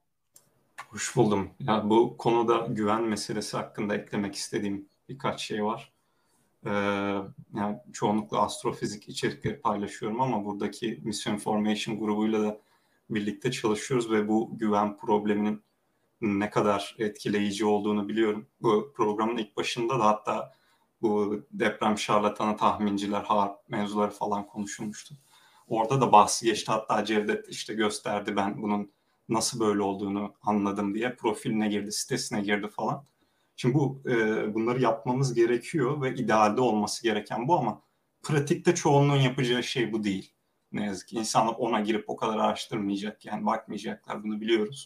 Hoş buldum. Ya bu konuda güven meselesi hakkında eklemek istediğim birkaç şey var. Ee, yani çoğunlukla astrofizik içerikleri paylaşıyorum ama buradaki Misinformation grubuyla da birlikte çalışıyoruz ve bu güven probleminin ne kadar etkileyici olduğunu biliyorum. Bu programın ilk başında da hatta bu deprem şarlatanı, tahminciler, harp mevzuları falan konuşulmuştu. Orada da bahsi geçti. Hatta Cevdet işte gösterdi, ben bunun nasıl böyle olduğunu anladım diye. Profiline girdi, sitesine girdi falan. Şimdi bu e, bunları yapmamız gerekiyor ve idealde olması gereken bu ama pratikte çoğunluğun yapacağı şey bu değil. Ne yazık ki insanlar ona girip o kadar araştırmayacak, yani bakmayacaklar, bunu biliyoruz.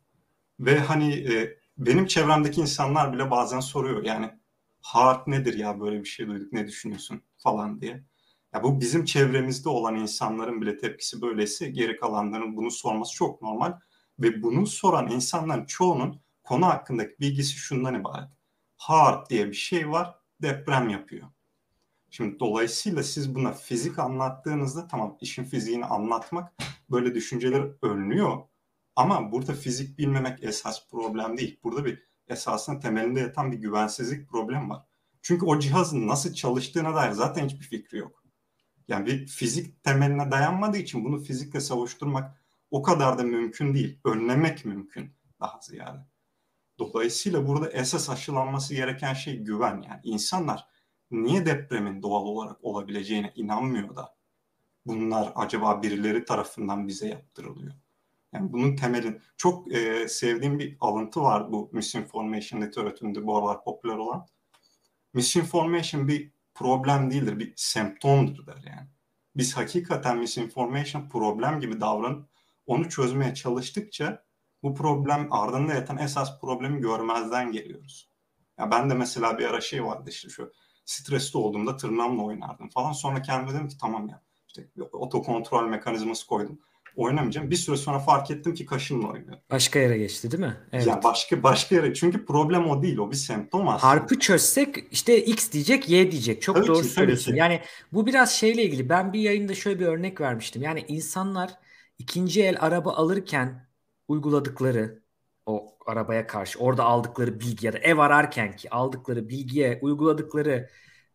Ve hani e, benim çevremdeki insanlar bile bazen soruyor, yani harp nedir ya, böyle bir şey duyduk, ne düşünüyorsun falan diye. Ya bu bizim çevremizde olan insanların bile tepkisi böyleyse geri kalanların bunu sorması çok normal. Ve bunu soran insanların çoğunun konu hakkındaki bilgisi şundan ibaret: harp diye bir şey var, deprem yapıyor. Şimdi dolayısıyla siz buna fizik anlattığınızda, tamam, işin fiziğini anlatmak böyle düşünceler önlüyor. Ama burada fizik bilmemek esas problem değil. Burada bir esasında temelinde yatan bir güvensizlik problemi var. Çünkü o cihazın nasıl çalıştığına dair zaten hiçbir fikri yok. Yani bir fizik temeline dayanmadığı için bunu fizikle savuşturmak o kadar da mümkün değil. Önlemek mümkün daha ziyade. Dolayısıyla burada esas aşılanması gereken şey güven. Yani insanlar niye depremin doğal olarak olabileceğine inanmıyor da bunlar acaba birileri tarafından bize yaptırılıyor? Yani bunun temelin çok e, sevdiğim bir alıntı var bu misinformation literatüründe bu aralar popüler olan. Misinformation bir problem değildir, bir semptomdur der yani. Biz hakikaten misinformation problem gibi davranıp onu çözmeye çalıştıkça bu problem ardında yatan esas problemi görmezden geliyoruz. Ya ben de mesela bir ara şey vardı işte şu stresli olduğumda tırnağımla oynardım falan. Sonra kendime dedim ki tamam ya işte otokontrol mekanizması koydum. Oynamayacağım. Bir süre sonra fark ettim ki kaşımla oynuyorum. Başka yere geçti değil mi? Evet. Ya başka başka yere. Çünkü problem o değil. O bir semptom aslında. Harpı çözsek işte X diyecek, Y diyecek. Çok Tabii doğru ki, söylüyorsun. tabii ki. Yani bu biraz şeyle ilgili. Ben bir yayında şöyle bir örnek vermiştim. Yani insanlar ikinci el araba alırken uyguladıkları o arabaya karşı orada aldıkları bilgi ya da ev ararken ki aldıkları bilgiye uyguladıkları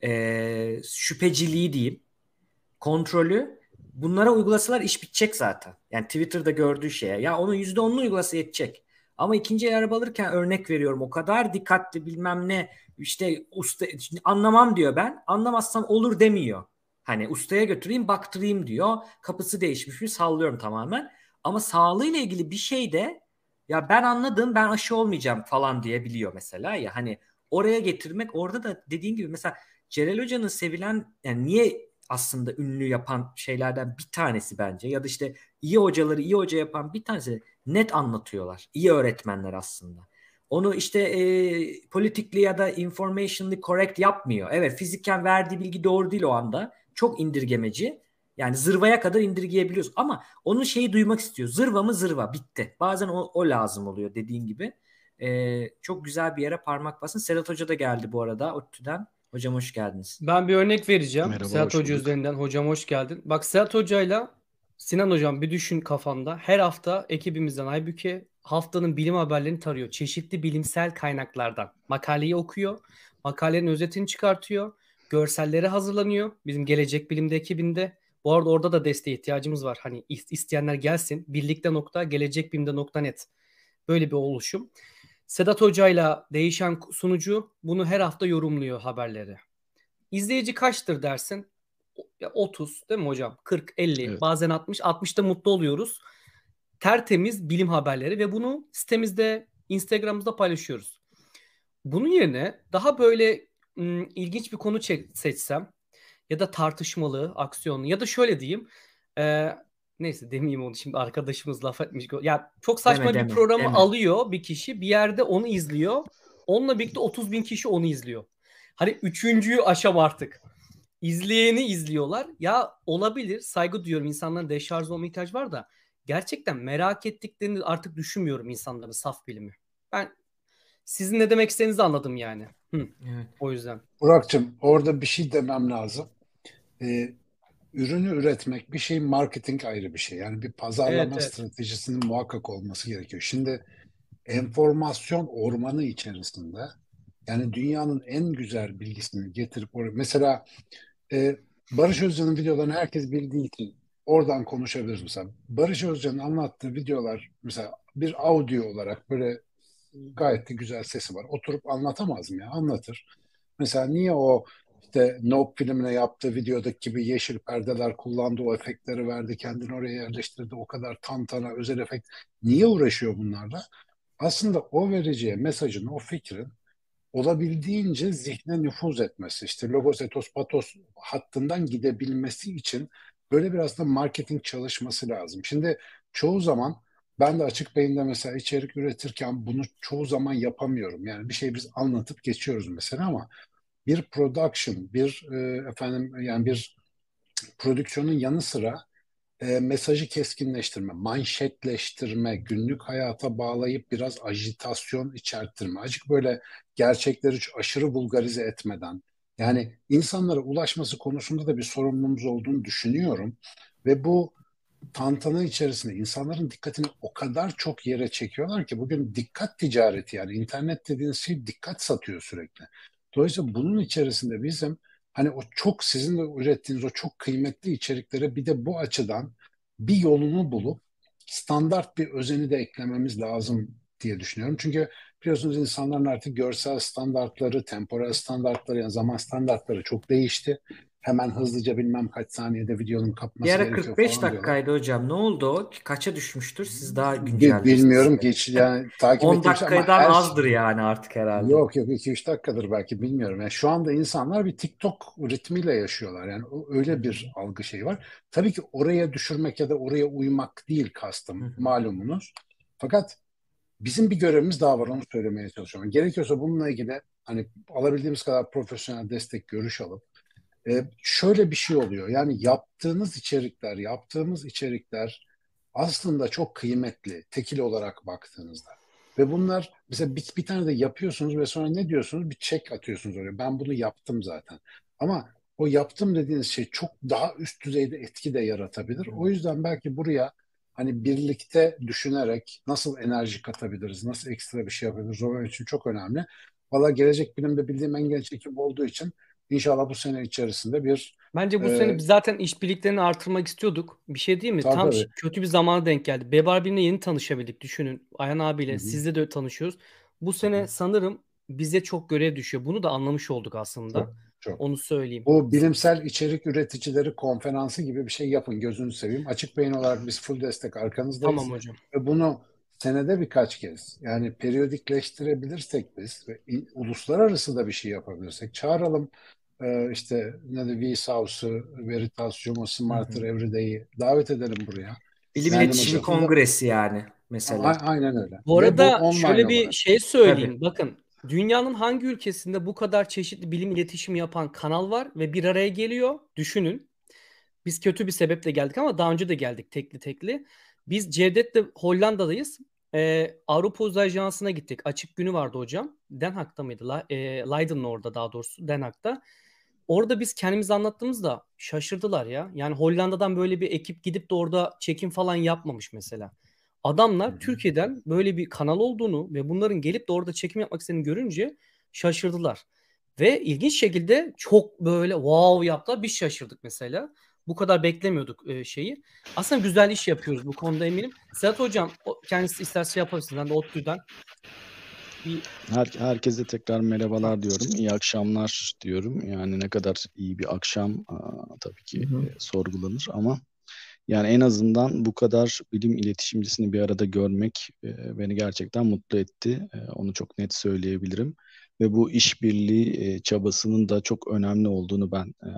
e, şüpheciliği diyeyim, kontrolü bunlara uygulasalar iş bitecek zaten. Yani Twitter'da gördüğü şeye. Ya onun yüzde onunu uygulasa yetecek. Ama ikinci el araba alırken örnek veriyorum. O kadar dikkatli bilmem ne işte usta anlamam diyor ben. Anlamazsam olur demiyor. Hani ustaya götüreyim baktırayım diyor. Kapısı değişmiş mi sallıyorum tamamen. Ama sağlığıyla ilgili bir şey de ya ben anladım ben aşı olmayacağım falan diyebiliyor mesela ya. Hani oraya getirmek orada da dediğin gibi mesela Celal Hoca'nın sevilen yani niye aslında ünlü yapan şeylerden bir tanesi bence ya da işte iyi hocaları iyi hoca yapan bir tanesi net anlatıyorlar. İyi öğretmenler aslında. Onu işte e, politically ya da informationally correct yapmıyor. Evet fiziken verdiği bilgi doğru değil o anda. Çok indirgemeci. Yani zırvaya kadar indirgeyebiliyoruz. Ama onun şeyi duymak istiyor. Zırva mı zırva bitti. Bazen o, o lazım oluyor dediğin gibi. E, çok güzel bir yere parmak basın. Sedat Hoca da geldi bu arada ODTÜ'den. Hocam hoş geldiniz. Ben bir örnek vereceğim. Merhaba, Sedat hoş Hoca bulduk. üzerinden. Hocam hoş geldin. Bak Sedat Hoca'yla Sinan Hocam bir düşün kafanda. Her hafta ekibimizden Aybüke haftanın bilim haberlerini tarıyor. Çeşitli bilimsel kaynaklardan. Makaleyi okuyor. Makalenin özetini çıkartıyor. Görselleri hazırlanıyor. Bizim Gelecek Bilim'de ekibinde. Bu arada orada da desteğe ihtiyacımız var. Hani isteyenler gelsin. Birlikte nokta gelecekbilimde nokta net. Böyle bir oluşum. Sedat Hoca'yla değişen sunucu bunu her hafta yorumluyor haberleri. İzleyici kaçtır dersin? otuz değil mi hocam? kırk, elli, Evet. bazen altmış. altmışta mutlu oluyoruz. Tertemiz bilim haberleri ve bunu sitemizde, Instagram'ımızda paylaşıyoruz. Bunun yerine daha böyle ım, ilginç bir konu çek, seçsem ya da tartışmalı, aksiyonlu ya da şöyle diyeyim. E, neyse demeyeyim onu şimdi arkadaşımız laf etmiş. Ya çok saçma Deme, bir deme, programı deme. alıyor bir kişi bir yerde onu izliyor. Onunla birlikte otuz bin kişi onu izliyor. Hani üçüncüyü aşam artık. İzleyeni izliyorlar. Ya olabilir. Saygı duyuyorum. İnsanların deşarj olma ihtiyacı var da gerçekten merak ettiklerini artık düşünmüyorum insanların saf bilimi. Ben sizin ne demek istediğinizi anladım yani. Hı, Evet. o yüzden. Burak'cığım orada bir şey demem lazım. Ee, ürünü üretmek bir şey, marketing ayrı bir şey. Yani bir pazarlama Evet, evet. stratejisinin muhakkak olması gerekiyor. Şimdi enformasyon ormanı içerisinde yani dünyanın en güzel bilgisini getirip oraya mesela e, Barış Özcan'ın videolarını herkes bildiği için oradan konuşabiliriz mesela. Barış Özcan'ın anlattığı videolar mesela bir audio olarak böyle gayet de güzel sesi var. Oturup anlatamaz mı ya? Anlatır. Mesela niye o işte Nope filmine yaptığı videodaki gibi yeşil perdeler kullandı, o efektleri verdi, kendini oraya yerleştirdi, o kadar tantana, özel efekt. Niye uğraşıyor bunlarla? Aslında o vereceği mesajın, o fikrin olabildiğince zihne nüfuz etmesi, işte logos, etos, patos hattından gidebilmesi için böyle biraz da marketing çalışması lazım. Şimdi çoğu zaman ben de açık beyinde mesela içerik üretirken bunu çoğu zaman yapamıyorum. Yani bir şey biz anlatıp geçiyoruz mesela ama bir production, bir e, efendim yani bir prodüksiyonun yanı sıra e, mesajı keskinleştirme, manşetleştirme, günlük hayata bağlayıp biraz ajitasyon içerttirme. Azıcık böyle gerçekleri aşırı vulgarize etmeden. Yani insanlara ulaşması konusunda da bir sorumluluğumuz olduğunu düşünüyorum. Ve bu tantana içerisinde insanların dikkatini o kadar çok yere çekiyorlar ki bugün dikkat ticareti yani internet dediğiniz şey dikkat satıyor sürekli. Dolayısıyla bunun içerisinde bizim hani o çok sizin de ürettiğiniz o çok kıymetli içeriklere bir de bu açıdan bir yolunu bulup standart bir özeni de eklememiz lazım diye düşünüyorum. Çünkü Biliyorsunuz insanların artık görsel standartları, temporal standartları, yani zaman standartları çok değişti. Hemen hızlıca bilmem kaç saniyede videonun Bir kapması ara gerekiyor kırk beş falan diyorlar. dakikaydı hocam. Ne oldu o? Kaça düşmüştür? Siz daha Bi- günceldersiniz. Bilmiyorum ki hiç, yani takip on ettiğim şey ama dakikadan her azdır yani artık herhalde. yok yok iki üç dakikadır belki, bilmiyorum. Yani şu anda insanlar bir TikTok ritmiyle yaşıyorlar. Yani o- öyle bir algı şeyi var. Tabii ki oraya düşürmek ya da oraya uymak değil Hı kastım, hı. malumunuz. Fakat bizim bir görevimiz daha var, onu söylemeye çalışıyorum. Gerekiyorsa bununla ilgili hani alabildiğimiz kadar profesyonel destek, görüş alıp e, şöyle bir şey oluyor. Yani yaptığınız içerikler, yaptığımız içerikler aslında çok kıymetli tekil olarak baktığınızda. Ve bunlar mesela bir, bir tane de yapıyorsunuz ve sonra ne diyorsunuz? Bir check atıyorsunuz oraya. Ben bunu yaptım zaten. Ama o yaptım dediğiniz şey çok daha üst düzeyde etki de yaratabilir. O yüzden belki buraya hani birlikte düşünerek nasıl enerji katabiliriz, nasıl ekstra bir şey yapabiliriz, o benim için çok önemli. Valla Gelecek Bilim'de bildiğim en genç ekip olduğu için İnşallah bu sene içerisinde bir Bence bu e, sene biz zaten işbirliklerini artırmak istiyorduk. Bir şey değil mi? tabii Tam tabii. kötü bir zamana denk geldi. Bebar Bilim'le yeni tanışabildik düşünün. Ayhan Hı abiyle hı, sizle de tanışıyoruz. Bu hı sene hı. sanırım bize çok görev düşüyor. Bunu da anlamış olduk aslında. Çok çok. Onu söyleyeyim. Bu bilimsel içerik üreticileri konferansı gibi bir şey yapın, gözünü seveyim. Açık Beyin olarak biz full destek arkanızdayız Tamam hocam. ve bunu senede birkaç kez, yani periyodikleştirebilirsek biz ve in- uluslararası da bir şey yapabilirsek çağıralım. Ee, işte ne de Vsauce'u, Veritas, Jomo Hı Smarter, hı. Everyday'i davet edelim buraya. Bilim Yani bu İletişimi şekilde Kongresi yani a- mesela. aynen öyle. Bu Ve bu arada online şöyle bir olarak. şey Tabii. söyleyeyim. Bakın dünyanın hangi ülkesinde bu kadar çeşitli bilim iletişimi yapan kanal var ve bir araya geliyor? Düşünün. Biz kötü bir sebeple geldik ama daha önce de geldik tekli tekli. Biz Cevdet'le Hollanda'dayız. Ee, Avrupa Uzay Ajansı'na gittik. Açık günü vardı hocam. Den Haag'ta mıydı? La, e, Leiden'ın orada daha doğrusu. Den Haag'ta. Orada biz kendimizi anlattığımızda şaşırdılar ya. Yani Hollanda'dan böyle bir ekip gidip de orada çekim falan yapmamış mesela. Hı Adamlar hı. Türkiye'den böyle bir kanal olduğunu ve bunların gelip de orada çekim yapmak istediğini görünce şaşırdılar. Ve ilginç şekilde çok böyle wow yaptılar. Biz şaşırdık mesela. Bu kadar beklemiyorduk e, şeyi. Aslında güzel iş yapıyoruz bu konuda eminim. Sedat Hocam o- kendisi isterse yapabilirsin. Ben de ODTÜ'den bir Her, herkese tekrar merhabalar diyorum. İyi akşamlar diyorum. Yani ne kadar iyi bir akşam aa, tabii ki Hı hı. e, sorgulanır ama yani en azından bu kadar bilim iletişimcisini bir arada görmek e, beni gerçekten mutlu etti. E, onu çok net söyleyebilirim. Ve bu işbirliği e, çabasının da çok önemli olduğunu ben e,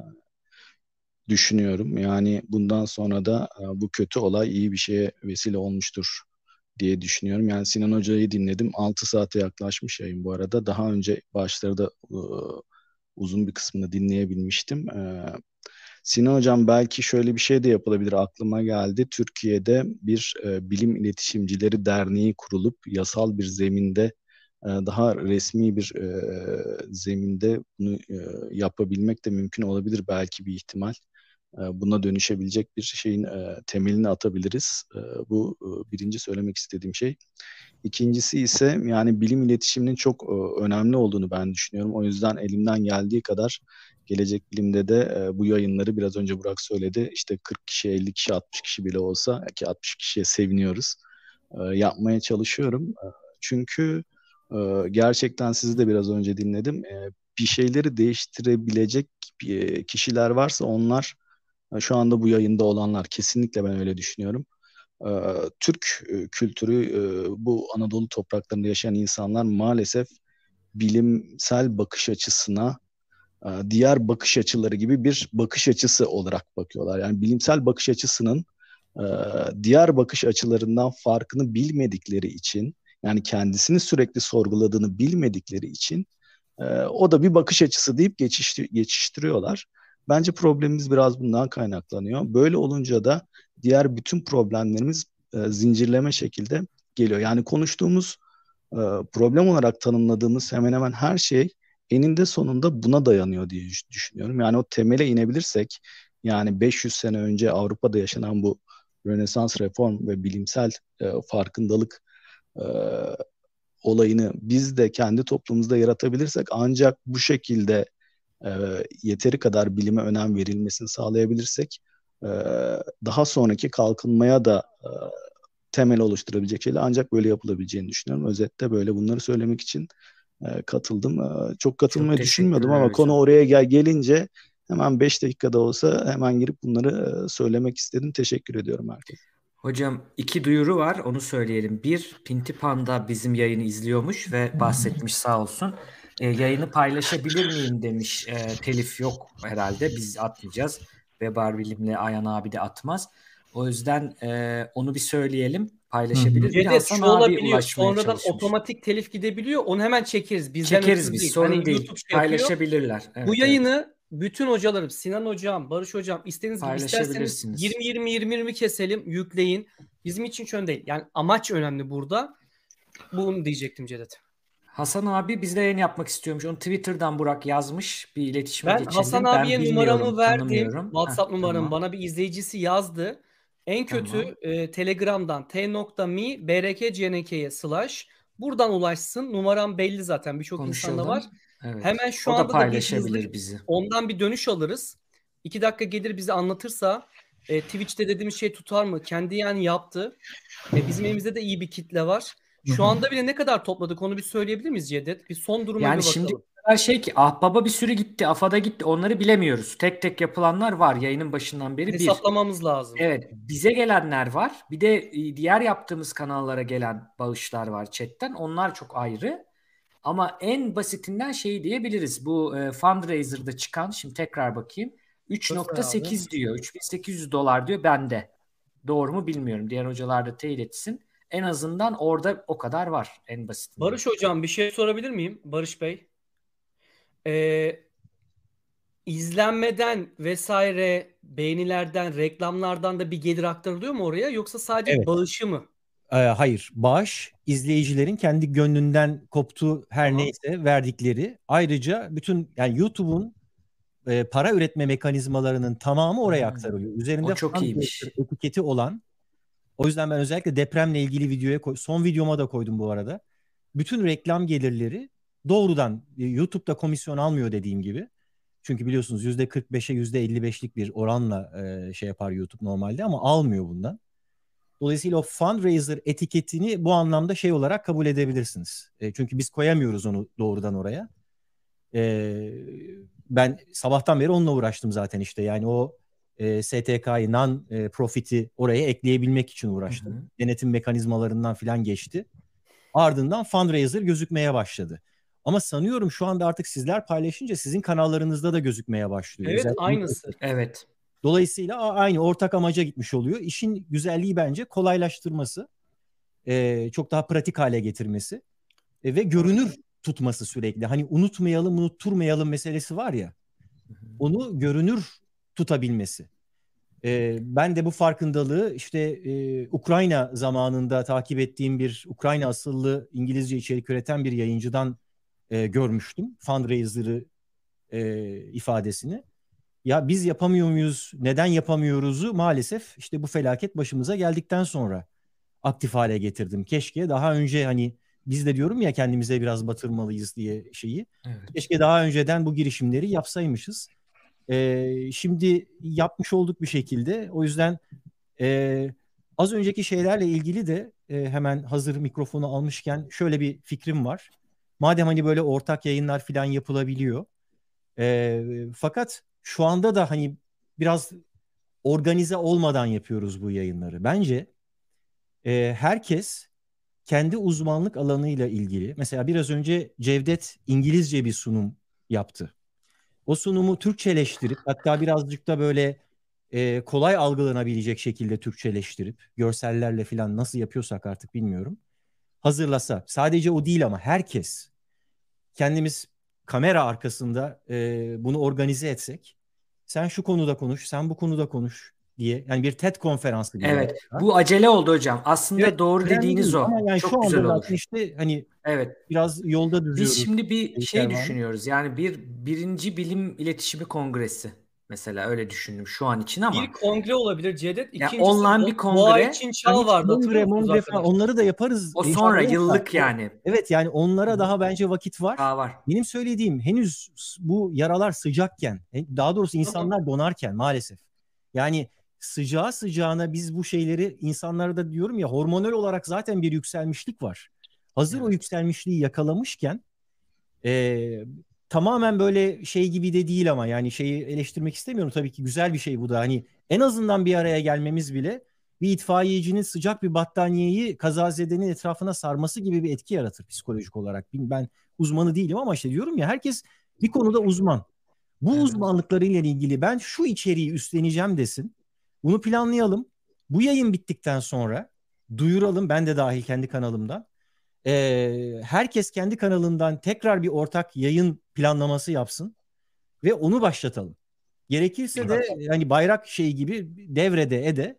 düşünüyorum. Yani bundan sonra da e, bu kötü olay iyi bir şeye vesile olmuştur diye düşünüyorum. Yani Sinan Hoca'yı dinledim. altı saate yaklaşmış yayın bu arada. Daha önce başları da e, uzun bir kısmını dinleyebilmiştim. E, Sinan Hocam belki şöyle bir şey de yapılabilir aklıma geldi. Türkiye'de bir e, bilim iletişimcileri derneği kurulup yasal bir zeminde e, daha resmi bir e, zeminde bunu e, yapabilmek de mümkün olabilir belki bir ihtimal. E, Buna dönüşebilecek bir şeyin e, temelini atabiliriz. E, Bu e, birinci söylemek istediğim şey. İkincisi ise yani bilim iletişiminin çok e, önemli olduğunu ben düşünüyorum. O yüzden elimden geldiği kadar Gelecek Bilim'de de e, bu yayınları biraz önce Burak söyledi. İşte kırk kişi, elli kişi, altmış kişi bile olsa ki altmış kişiye seviniyoruz. E, yapmaya çalışıyorum. E, çünkü e, gerçekten sizi de biraz önce dinledim. E, bir şeyleri değiştirebilecek e, kişiler varsa onlar e, şu anda bu yayında olanlar. Kesinlikle ben öyle düşünüyorum. Ee, Türk e, kültürü, e, bu Anadolu topraklarında yaşayan insanlar maalesef bilimsel bakış açısına e, diğer bakış açıları gibi bir bakış açısı olarak bakıyorlar. Yani bilimsel bakış açısının e, diğer bakış açılarından farkını bilmedikleri için, yani kendisini sürekli sorguladığını bilmedikleri için e, o da bir bakış açısı deyip geçiştir- geçiştiriyorlar. Bence problemimiz biraz bundan kaynaklanıyor. Böyle olunca da diğer bütün problemlerimiz e, zincirleme şekilde geliyor. Yani konuştuğumuz, e, problem olarak tanımladığımız hemen hemen her şey eninde sonunda buna dayanıyor diye düş- düşünüyorum. Yani o temele inebilirsek, yani beş yüz sene önce Avrupa'da yaşanan bu Rönesans reform ve bilimsel e, farkındalık e, olayını biz de kendi toplumumuzda yaratabilirsek, ancak bu şekilde e, yeteri kadar bilime önem verilmesini sağlayabilirsek e, daha sonraki kalkınmaya da e, temel oluşturabilecek şeyler ancak böyle yapılabileceğini düşünüyorum. Özetle böyle bunları söylemek için e, katıldım. E, çok katılmayı Çok düşünmüyordum ama teşekkürler konu hocam. oraya gel gelince hemen beş dakikada olsa hemen girip bunları e, söylemek istedim. Teşekkür ediyorum herkese. Hocam iki duyuru var, onu söyleyelim. Bir, Pinti Panda bizim yayını izliyormuş ve bahsetmiş sağ olsun. E, yayını paylaşabilir miyim demiş. E, telif yok herhalde, biz atmayacağız. Vebar Bilim'le Ayhan abi de atmaz. O yüzden e, onu bir söyleyelim. Paylaşabilir. Bir Cevdet Hasan şu abi olabiliyor. ulaşmaya Sonradan çalışmış. otomatik telif gidebiliyor. Onu hemen çekeriz. Bizden Çekeriz ötürü biz, değil. sorun Hani değil. YouTube şey yapıyor. Paylaşabilirler. Evet, Bu evet. yayını bütün hocalarım, Sinan hocam, Barış hocam, istediğiniz gibi isterseniz Paylaşabilirsiniz. yirmi yirmi yirmi yirmi keselim, yükleyin. Bizim için hiç önemli değil. Yani amaç önemli burada. Bunu diyecektim Cevdet. Hasan abi bizle yayın yapmak istiyormuş. Onu Twitter'dan Burak yazmış. Bir iletişime Ben geçelim. Hasan Ben abiye bilmiyorum, numaramı verdim. tanımıyorum. WhatsApp Heh, numaramı tamam. bana bir izleyicisi yazdı. En kötü Tamam. e, Telegram'dan t.me brkcnk'ye slash buradan ulaşsın. Numaram belli zaten. Birçok insanda var. Konuşalım. Evet. Hemen şu O da anda da bir paylaşabilir hızlı bizi. ondan bir dönüş alırız. İki dakika gelir bize anlatırsa e, Twitch'te dediğimiz şey tutar mı? Kendi yani yaptı. E, bizim elimizde de iyi bir kitle var. Şu anda bile ne kadar topladık onu bir söyleyebilir miyiz Cevdet? Bir son duruma Yani bir şimdi bakalım. o kadar şey ki Ahbaba bir sürü gitti, AFAD'a gitti. Onları bilemiyoruz. Tek tek yapılanlar var yayının başından beri. Bir. Hesaplamamız lazım. Evet, bize gelenler var. Bir de e, diğer yaptığımız kanallara gelen bağışlar var chatten. Onlar çok ayrı. Ama en basitinden şeyi diyebiliriz. Bu e, fundraiser'da çıkan, şimdi tekrar bakayım. üç nokta sekiz diyor. üç bin sekiz yüz dolar diyor bende. Doğru mu bilmiyorum. Diğer hocalar da teyit etsin. En azından orada o kadar var en basitinden. Barış hocam bir şey sorabilir miyim? Barış Bey. Ee, izlenmeden vesaire beğenilerden, reklamlardan da bir gelir aktarılıyor mu oraya? Yoksa sadece Evet. bağışı mı? Ee, hayır. Bağış izleyicilerin kendi gönlünden koptuğu her Tamam. neyse verdikleri. Ayrıca bütün yani YouTube'un e, para üretme mekanizmalarının tamamı oraya Hmm. aktarılıyor. Üzerinde O çok iyiymiş. fundraiser etiketi olan. O yüzden ben özellikle depremle ilgili videoya koy, son videoma da koydum bu arada. Bütün reklam gelirleri doğrudan e, YouTube'da komisyon almıyor dediğim gibi. Çünkü biliyorsunuz yüzde kırk beşe yüzde elli beşlik bir oranla e, şey yapar YouTube normalde ama almıyor bundan. Dolayısıyla o fundraiser etiketini bu anlamda şey olarak kabul edebilirsiniz. E, çünkü biz koyamıyoruz onu doğrudan oraya. E, ben sabahtan beri onunla uğraştım zaten işte. Yani o e, S T K'yı, non-profit'i oraya ekleyebilmek için uğraştım. Hı hı. Denetim mekanizmalarından falan geçti. Ardından fundraiser gözükmeye başladı. Ama sanıyorum şu anda artık sizler paylaşınca sizin kanallarınızda da gözükmeye başlıyor. Evet Özellikle aynısı. Evet. Dolayısıyla aynı ortak amaca gitmiş oluyor. İşin güzelliği bence kolaylaştırması, e, çok daha pratik hale getirmesi e, ve görünür tutması sürekli. Hani unutmayalım, unutturmayalım meselesi var ya, onu görünür tutabilmesi. E, ben de bu farkındalığı işte e, Ukrayna zamanında takip ettiğim bir Ukrayna asıllı İngilizce içerik üreten bir yayıncıdan e, görmüştüm. Fundraiser'ı e, ifadesini. Ya biz yapamıyor muyuz, neden yapamıyoruzu maalesef işte bu felaket başımıza geldikten sonra aktif hale getirdim. Keşke daha önce hani biz de diyorum ya kendimize biraz batırmalıyız diye şeyi. Evet. Keşke daha önceden bu girişimleri yapsaymışız. Ee, şimdi yapmış olduk bir şekilde. O yüzden e, az önceki şeylerle ilgili de e, hemen hazır mikrofonu almışken şöyle bir fikrim var. Madem hani böyle ortak yayınlar falan yapılabiliyor. E, fakat şu anda da hani biraz organize olmadan yapıyoruz bu yayınları. Bence e, herkes kendi uzmanlık alanıyla ilgili. Mesela biraz önce Cevdet İngilizce bir sunum yaptı. O sunumu Türkçeleştirip hatta birazcık da böyle e, kolay algılanabilecek şekilde Türkçeleştirip görsellerle falan nasıl yapıyorsak artık bilmiyorum. Hazırlasa. Sadece o değil ama herkes kendimiz kamera arkasında e, bunu organize etsek. Sen şu konuda konuş, sen bu konuda konuş diye. Yani bir TED konferansı gibi. Evet. Bu acele oldu hocam. Aslında Evet, doğru önemli dediğiniz değil. o. Ama yani Çok şu güzel anda olur. zaten işte hani Evet. biraz yolda düzüyoruz. Biz şimdi bir şey Var mı? düşünüyoruz. Yani bir birinci bilim iletişimi kongresi. Mesela öyle düşündüm şu an için ama. Bir kongre olabilir Cevdet. Ya İkincisi online Bo- bir kongre. Boğa için Çal Hani vardı kongre, hatırlıyor musunuz mongre falan arkadaşlar? onları da yaparız. O inşallah sonra ama- yıllık yani. Evet yani onlara daha bence vakit var. Daha var. Benim söylediğim henüz bu yaralar sıcakken, daha doğrusu insanlar donarken maalesef. Yani sıcağı sıcağına biz bu şeyleri insanlarda diyorum ya hormonal olarak zaten bir yükselmişlik var. Hazır o yükselmişliği yakalamışken e, tamamen böyle şey gibi de değil ama yani şeyi eleştirmek istemiyorum tabii ki güzel bir şey bu da hani en azından bir araya gelmemiz bile bir itfaiyecinin sıcak bir battaniyeyi kazazedenin etrafına sarması gibi bir etki yaratır psikolojik olarak. Ben uzmanı değilim ama işte diyorum ya herkes bir konuda uzman. Bu Evet. uzmanlıklarıyla ilgili ben şu içeriği üstleneceğim desin. Bunu planlayalım. Bu yayın bittikten sonra duyuralım ben de dahil kendi kanalımdan. Ee, herkes kendi kanalından tekrar bir ortak yayın planlaması yapsın ve onu başlatalım. Gerekirse de yani bayrak şeyi gibi devrede ede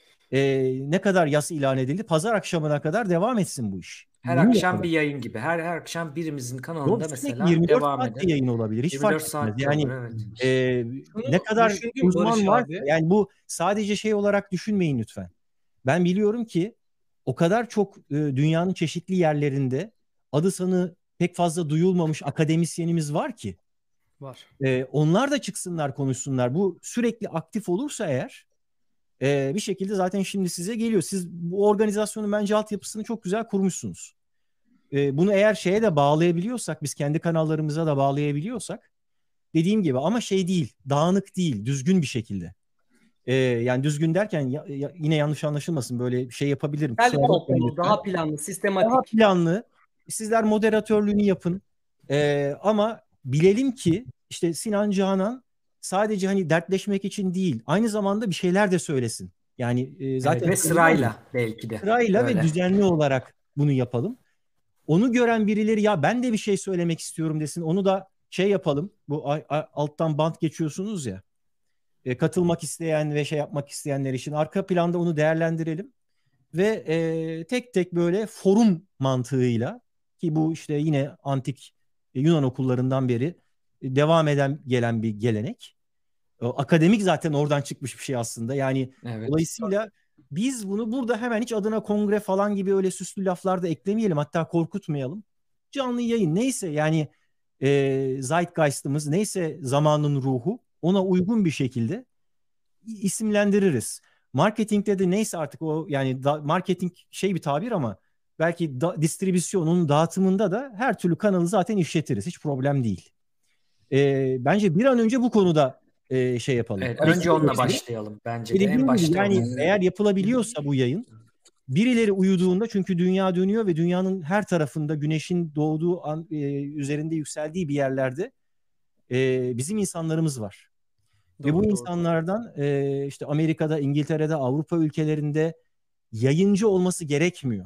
e, ne kadar yas ilan edildi pazar akşamına kadar devam etsin bu iş. Her Bunu akşam yapalım. bir yayın gibi. Her her akşam birimizin Yok, kanalında sürekli mesela yirmi dört devam saatte eder. yayın olabilir. Hiç yirmi dört fark etmez. saatte Yani olur evet. e, Şunu ne kadar düşündüm Barış uzman var abi. yani bu sadece şey olarak düşünmeyin lütfen. Ben biliyorum ki o kadar çok e, dünyanın çeşitli yerlerinde adı sanı pek fazla duyulmamış akademisyenimiz var ki Var. e, onlar da çıksınlar konuşsunlar. Bu sürekli aktif olursa eğer e, bir şekilde zaten şimdi size geliyor. Siz bu organizasyonun bence altyapısını çok güzel kurmuşsunuz. E, bunu eğer şeye de bağlayabiliyorsak biz kendi kanallarımıza da bağlayabiliyorsak dediğim gibi ama şey değil dağınık değil düzgün bir şekilde. Ee, yani düzgün derken ya, ya, yine yanlış anlaşılmasın böyle şey yapabilirim. Derli Kusura bakmayın toplu, lütfen. daha planlı, sistematik. Daha planlı. Sizler moderatörlüğünü yapın. Ee, ama bilelim ki işte Sinan Canan sadece hani dertleşmek için değil aynı zamanda bir şeyler de söylesin. Yani e, zaten Evet, ve sırayla belki de. sırayla Öyle. ve düzenli olarak bunu yapalım. Onu gören birileri ya ben de bir şey söylemek istiyorum desin. Onu da şey yapalım. Bu a- a- alttan bant geçiyorsunuz ya. E, katılmak isteyen ve şey yapmak isteyenler için arka planda onu değerlendirelim ve e, tek tek böyle forum mantığıyla ki bu işte yine antik Yunan okullarından beri devam eden gelen bir gelenek. E, akademik zaten oradan çıkmış bir şey aslında. Yani Evet. dolayısıyla biz bunu burada hemen hiç adına kongre falan gibi öyle süslü laflar da eklemeyelim. Hatta korkutmayalım. Canlı yayın neyse yani e, zeitgeist'ımız neyse zamanın ruhu ona uygun bir şekilde isimlendiririz. Marketingde de neyse artık o yani da, marketing şey bir tabir ama belki da, distribüsyonun dağıtımında da her türlü kanalı zaten işletiriz. Hiç problem değil. E, bence bir an önce bu konuda e, şey yapalım. Evet, Hareket önce onunla edelim. başlayalım bence de. Dediğim En gibi başta yani onu. eğer yapılabiliyorsa bu yayın birileri uyuduğunda çünkü dünya dönüyor ve dünyanın her tarafında güneşin doğduğu an, e, üzerinde yükseldiği bir yerlerde e, bizim insanlarımız var. Doğru, ve bu doğru. insanlardan e, işte Amerika'da, İngiltere'de, Avrupa ülkelerinde yayıncı olması gerekmiyor.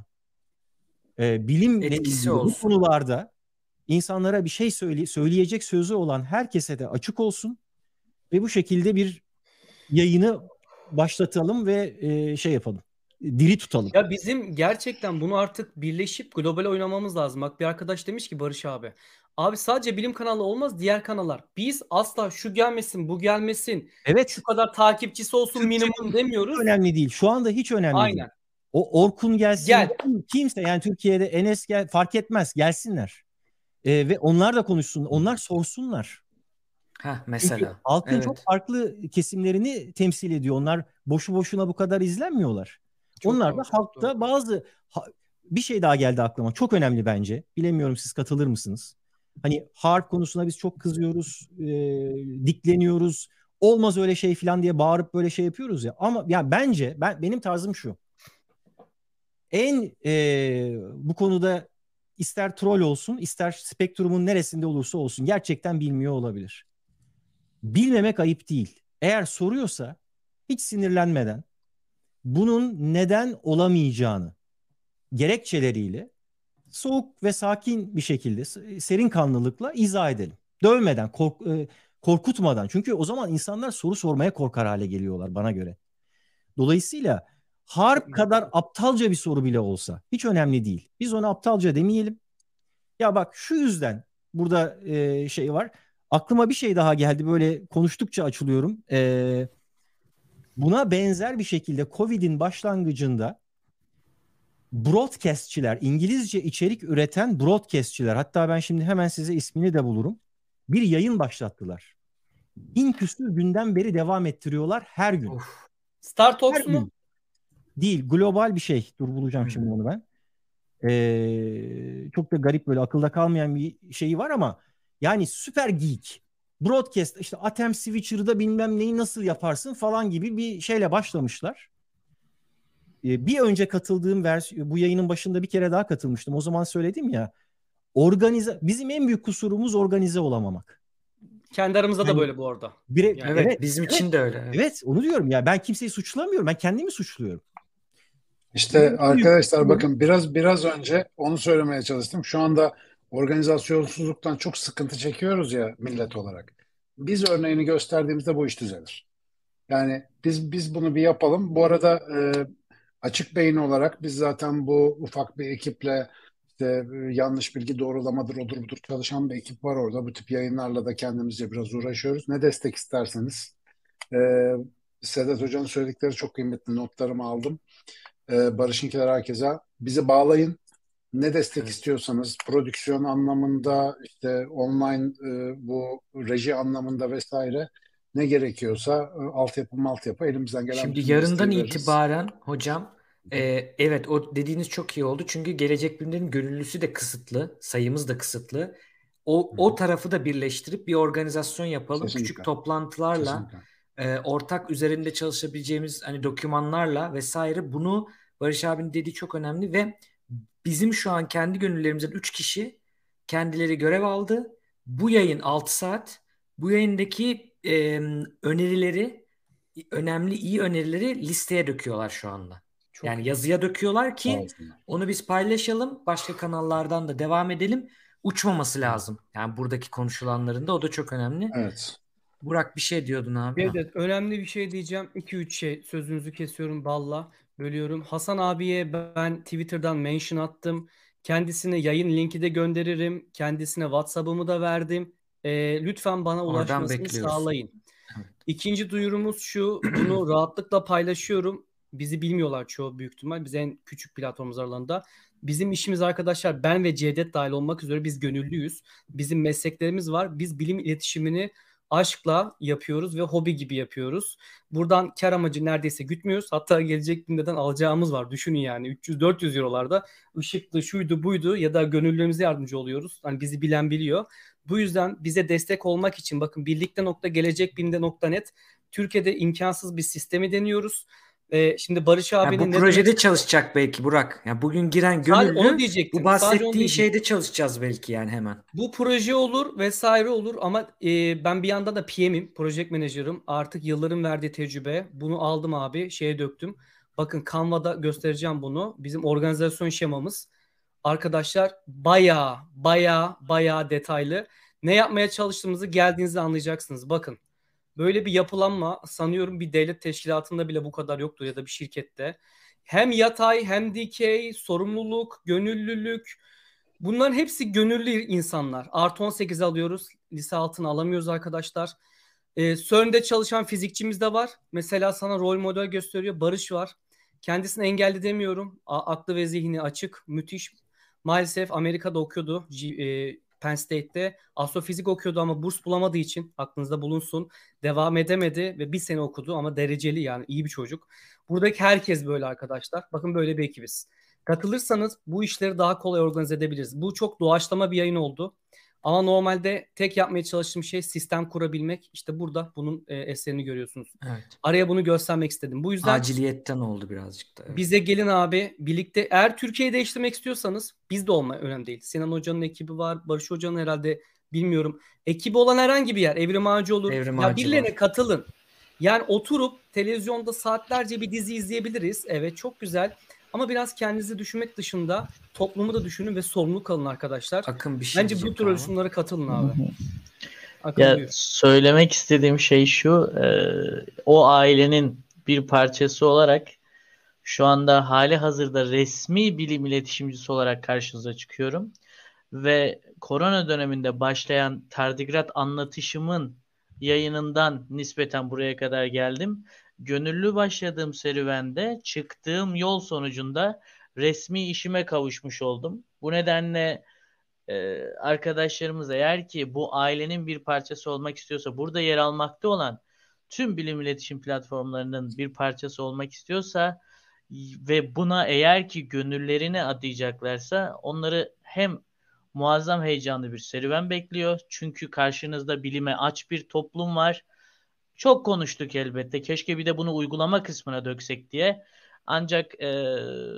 E, bilimle Etkisi ilgili bu olsun. konularda insanlara bir şey söyle, söyleyecek sözü olan herkese de açık olsun ve bu şekilde bir yayını başlatalım ve e, şey yapalım. Diri tutalım. Ya bizim gerçekten bunu artık birleşip global oynamamız lazım. Bak bir arkadaş demiş ki Barış abi. Abi sadece bilim kanalı olmaz diğer kanallar. Biz asla şu gelmesin bu gelmesin. Evet. Şu kadar takipçisi olsun Türkçe minimum demiyoruz. önemli değil. Şu anda hiç önemli değil. Aynen. O Orkun gelsin. Gel. Kimse yani Türkiye'de Enes gel fark etmez gelsinler. Ee, ve onlar da konuşsun. Onlar sorsunlar. Heh, Çünkü mesela. halkın Evet. çok farklı kesimlerini temsil ediyor. Onlar boşu boşuna bu kadar izlenmiyorlar. Çok Onlar doğru, da çok halkta doğru. bazı ha- bir şey daha geldi aklıma. Çok önemli bence. Bilemiyorum siz katılır mısınız? Hani harp konusuna biz çok kızıyoruz, e, dikleniyoruz. Olmaz öyle şey falan diye bağırıp böyle şey yapıyoruz ya. Ama ya bence ben benim tarzım şu. En e, bu konuda ister troll olsun, ister spektrumun neresinde olursa olsun gerçekten bilmiyor olabilir. Bilmemek ayıp değil. Eğer soruyorsa hiç sinirlenmeden bunun neden olamayacağını gerekçeleriyle soğuk ve sakin bir şekilde serin kanlılıkla izah edelim. Dövmeden, kork, e, korkutmadan. Çünkü o zaman insanlar soru sormaya korkar hale geliyorlar bana göre. Dolayısıyla harp kadar aptalca bir soru bile olsa hiç önemli değil. Biz ona aptalca demeyelim. Ya bak şu yüzden burada e, şey var. Aklıma bir şey daha geldi. Böyle konuştukça açılıyorum. E, buna benzer bir şekilde Covid'in başlangıcında broadcastçiler, İngilizce içerik üreten broadcastçiler, hatta ben şimdi hemen size ismini de bulurum. Bir yayın başlattılar. Bin küsur günden beri devam ettiriyorlar her gün. Of. Star Talks mu? Değil, global bir şey. Dur bulacağım Hı. şimdi onu ben. Ee, çok da garip, böyle akılda kalmayan bir şeyi var ama yani süper geek. Broadcast, işte Atem Switcher'da bilmem neyi nasıl yaparsın falan gibi bir şeyle başlamışlar. Ee, bir önce katıldığım versiyon, bu yayının başında bir kere daha katılmıştım. O zaman söyledim ya, organize, bizim en büyük kusurumuz organize olamamak. Kendi aramızda da Yani böyle bu arada. bire, Yani Evet, evet, bizim evet, için de öyle. Evet. evet, onu diyorum ya, ben kimseyi suçlamıyorum, ben kendimi suçluyorum. İşte Bizim en büyük arkadaşlar kusurumuz- bakın biraz biraz önce onu söylemeye çalıştım. Şu anda organizasyonsuzluktan çok sıkıntı çekiyoruz ya millet olarak. Biz örneğini gösterdiğimizde bu iş düzelir. Yani biz biz bunu bir yapalım. Bu arada e, açık beyin olarak biz zaten bu ufak bir ekiple işte e, yanlış bilgi doğrulamadır odur budur çalışan bir ekip var orada. Bu tip yayınlarla da kendimizce biraz uğraşıyoruz. Ne destek isterseniz. E, Sedat Hoca'nın söyledikleri çok kıymetli, notlarımı aldım. E, Barış'ınkiler herkese. Bizi bağlayın. Ne destek Evet. istiyorsanız prodüksiyon anlamında işte online e, bu reji anlamında vesaire ne gerekiyorsa e, altyapı maltyapı elimizden gelen Şimdi bütün yarından desteği veririz. itibaren hocam e, evet o dediğiniz çok iyi oldu. Çünkü Gelecek Bilimlerin gönüllüsü de kısıtlı. Sayımız da kısıtlı. O, Hı o hı. tarafı da birleştirip bir organizasyon yapalım. Küçük Kesinlikle. toplantılarla Kesinlikle. e, ortak üzerinde çalışabileceğimiz hani dokümanlarla vesaire, bunu Barış abinin dediği çok önemli ve bizim şu an kendi gönüllerimizden üç kişi kendileri görev aldı. Bu yayın altı saat. Bu yayındaki e, önerileri, önemli iyi önerileri listeye döküyorlar şu anda. Çok Yani iyi. yazıya döküyorlar Sağ ki olsunlar. onu biz paylaşalım. Başka kanallardan da devam edelim. Uçmaması lazım. Yani buradaki konuşulanların da, o da çok önemli. Evet. Burak bir şey diyordun abi. Ha. Evet, önemli bir şey diyeceğim. iki üç şey, sözünüzü kesiyorum, balla bölüyorum. Hasan abiye ben Twitter'dan mention attım. Kendisine yayın linki de gönderirim. Kendisine WhatsApp'ımı da verdim. Ee, lütfen bana Oradan ulaşmasını bekliyoruz. sağlayın. Evet. İkinci duyurumuz şu. Bunu rahatlıkla paylaşıyorum. Bizi bilmiyorlar çoğu büyük ihtimal. Biz en küçük platformumuz aralarında. Bizim işimiz arkadaşlar, ben ve Cevdet dahil olmak üzere biz gönüllüyüz. Bizim mesleklerimiz var. Biz bilim iletişimini aşkla yapıyoruz ve hobi gibi yapıyoruz. Buradan kar amacı neredeyse gütmüyoruz. Hatta gelecek günden alacağımız var. Düşünün yani üç yüz dört yüz eurolarda ışıklı şuydu buydu ya da gönüllülerimize yardımcı oluyoruz. Hani bizi bilen biliyor. Bu yüzden bize destek olmak için bakın birlikte nokta gelecekbilimde nokta net Türkiye'de imkansız bir sistemi deniyoruz. Ee, şimdi Barış Ya abinin bu ne projede demek çalışacak belki Burak. Ya bugün giren Sadece onu gönüllü diyecektim. bu Sadece onu bahsettiğin diyecektim. şeyde çalışacağız belki yani hemen. Bu proje olur vesaire olur ama e, ben bir yandan da P M'im, Project Manager'ım. Artık yılların verdiği tecrübe. Bunu aldım abi, şeye döktüm. Bakın Canva'da göstereceğim bunu. Bizim organizasyon şemamız. Arkadaşlar baya baya baya detaylı. Ne yapmaya çalıştığımızı geldiğinizde anlayacaksınız. Bakın böyle bir yapılanma sanıyorum bir devlet teşkilatında bile bu kadar yoktu ya da bir şirkette. Hem yatay hem dikey, sorumluluk, gönüllülük. Bunların hepsi gönüllü insanlar. Artı on sekiz alıyoruz. Lise altını alamıyoruz arkadaşlar. Ee, CERN'de çalışan fizikçimiz de var. Mesela sana rol model gösteriyor. Barış var. Kendisini engelli demiyorum. A- aklı ve zihni açık. Müthiş. Maalesef Amerika'da okuyordu. G- e, Penn State'te. Astrofizik okuyordu ama burs bulamadığı için aklınızda bulunsun. Devam edemedi ve bir sene okudu ama dereceli, yani iyi bir çocuk. Buradaki herkes böyle arkadaşlar. Bakın böyle bir ekibiz. Katılırsanız bu işleri daha kolay organize edebiliriz. Bu çok doğaçlama bir yayın oldu. Ama normalde tek yapmaya çalıştığım şey sistem kurabilmek. İşte burada bunun e, eserini görüyorsunuz. Evet. Araya bunu göstermek istedim. Bu yüzden Aciliyetten oldu birazcık da. Evet. bize gelin abi birlikte. Eğer Türkiye'yi değiştirmek istiyorsanız biz de olma önemli değil. Sinan Hoca'nın ekibi var. Barış Hoca'nın herhalde bilmiyorum. Ekibi olan herhangi bir yer. Evrim Ağacı olur. Evrim ya Ağacı birilerine var. katılın. Yani oturup televizyonda saatlerce bir dizi izleyebiliriz. Evet, çok güzel. Ama biraz kendinizi düşünmek dışında toplumu da düşünün ve sorumlu kalın arkadaşlar. Akın bir şey Bence bu diyecek tür ama. oluşumlara katılın abi. Akın Ya buyur. söylemek istediğim şey şu, e, o ailenin bir parçası olarak şu anda hali hazırda resmi bilim iletişimcisi olarak karşınıza çıkıyorum. Ve korona döneminde başlayan tardigrat anlatışımın yayınından nispeten buraya kadar geldim. Gönüllü başladığım serüvende çıktığım yol sonucunda resmi işime kavuşmuş oldum. Bu nedenle e, arkadaşlarımız eğer ki bu ailenin bir parçası olmak istiyorsa, burada yer almakta olan tüm bilim iletişim platformlarının bir parçası olmak istiyorsa ve buna eğer ki gönüllerini adayacaklarsa onları hem muazzam heyecanlı bir serüven bekliyor. Çünkü karşınızda bilime aç bir toplum var. Çok konuştuk elbette. Keşke bir de bunu uygulama kısmına döksek diye. Ancak e,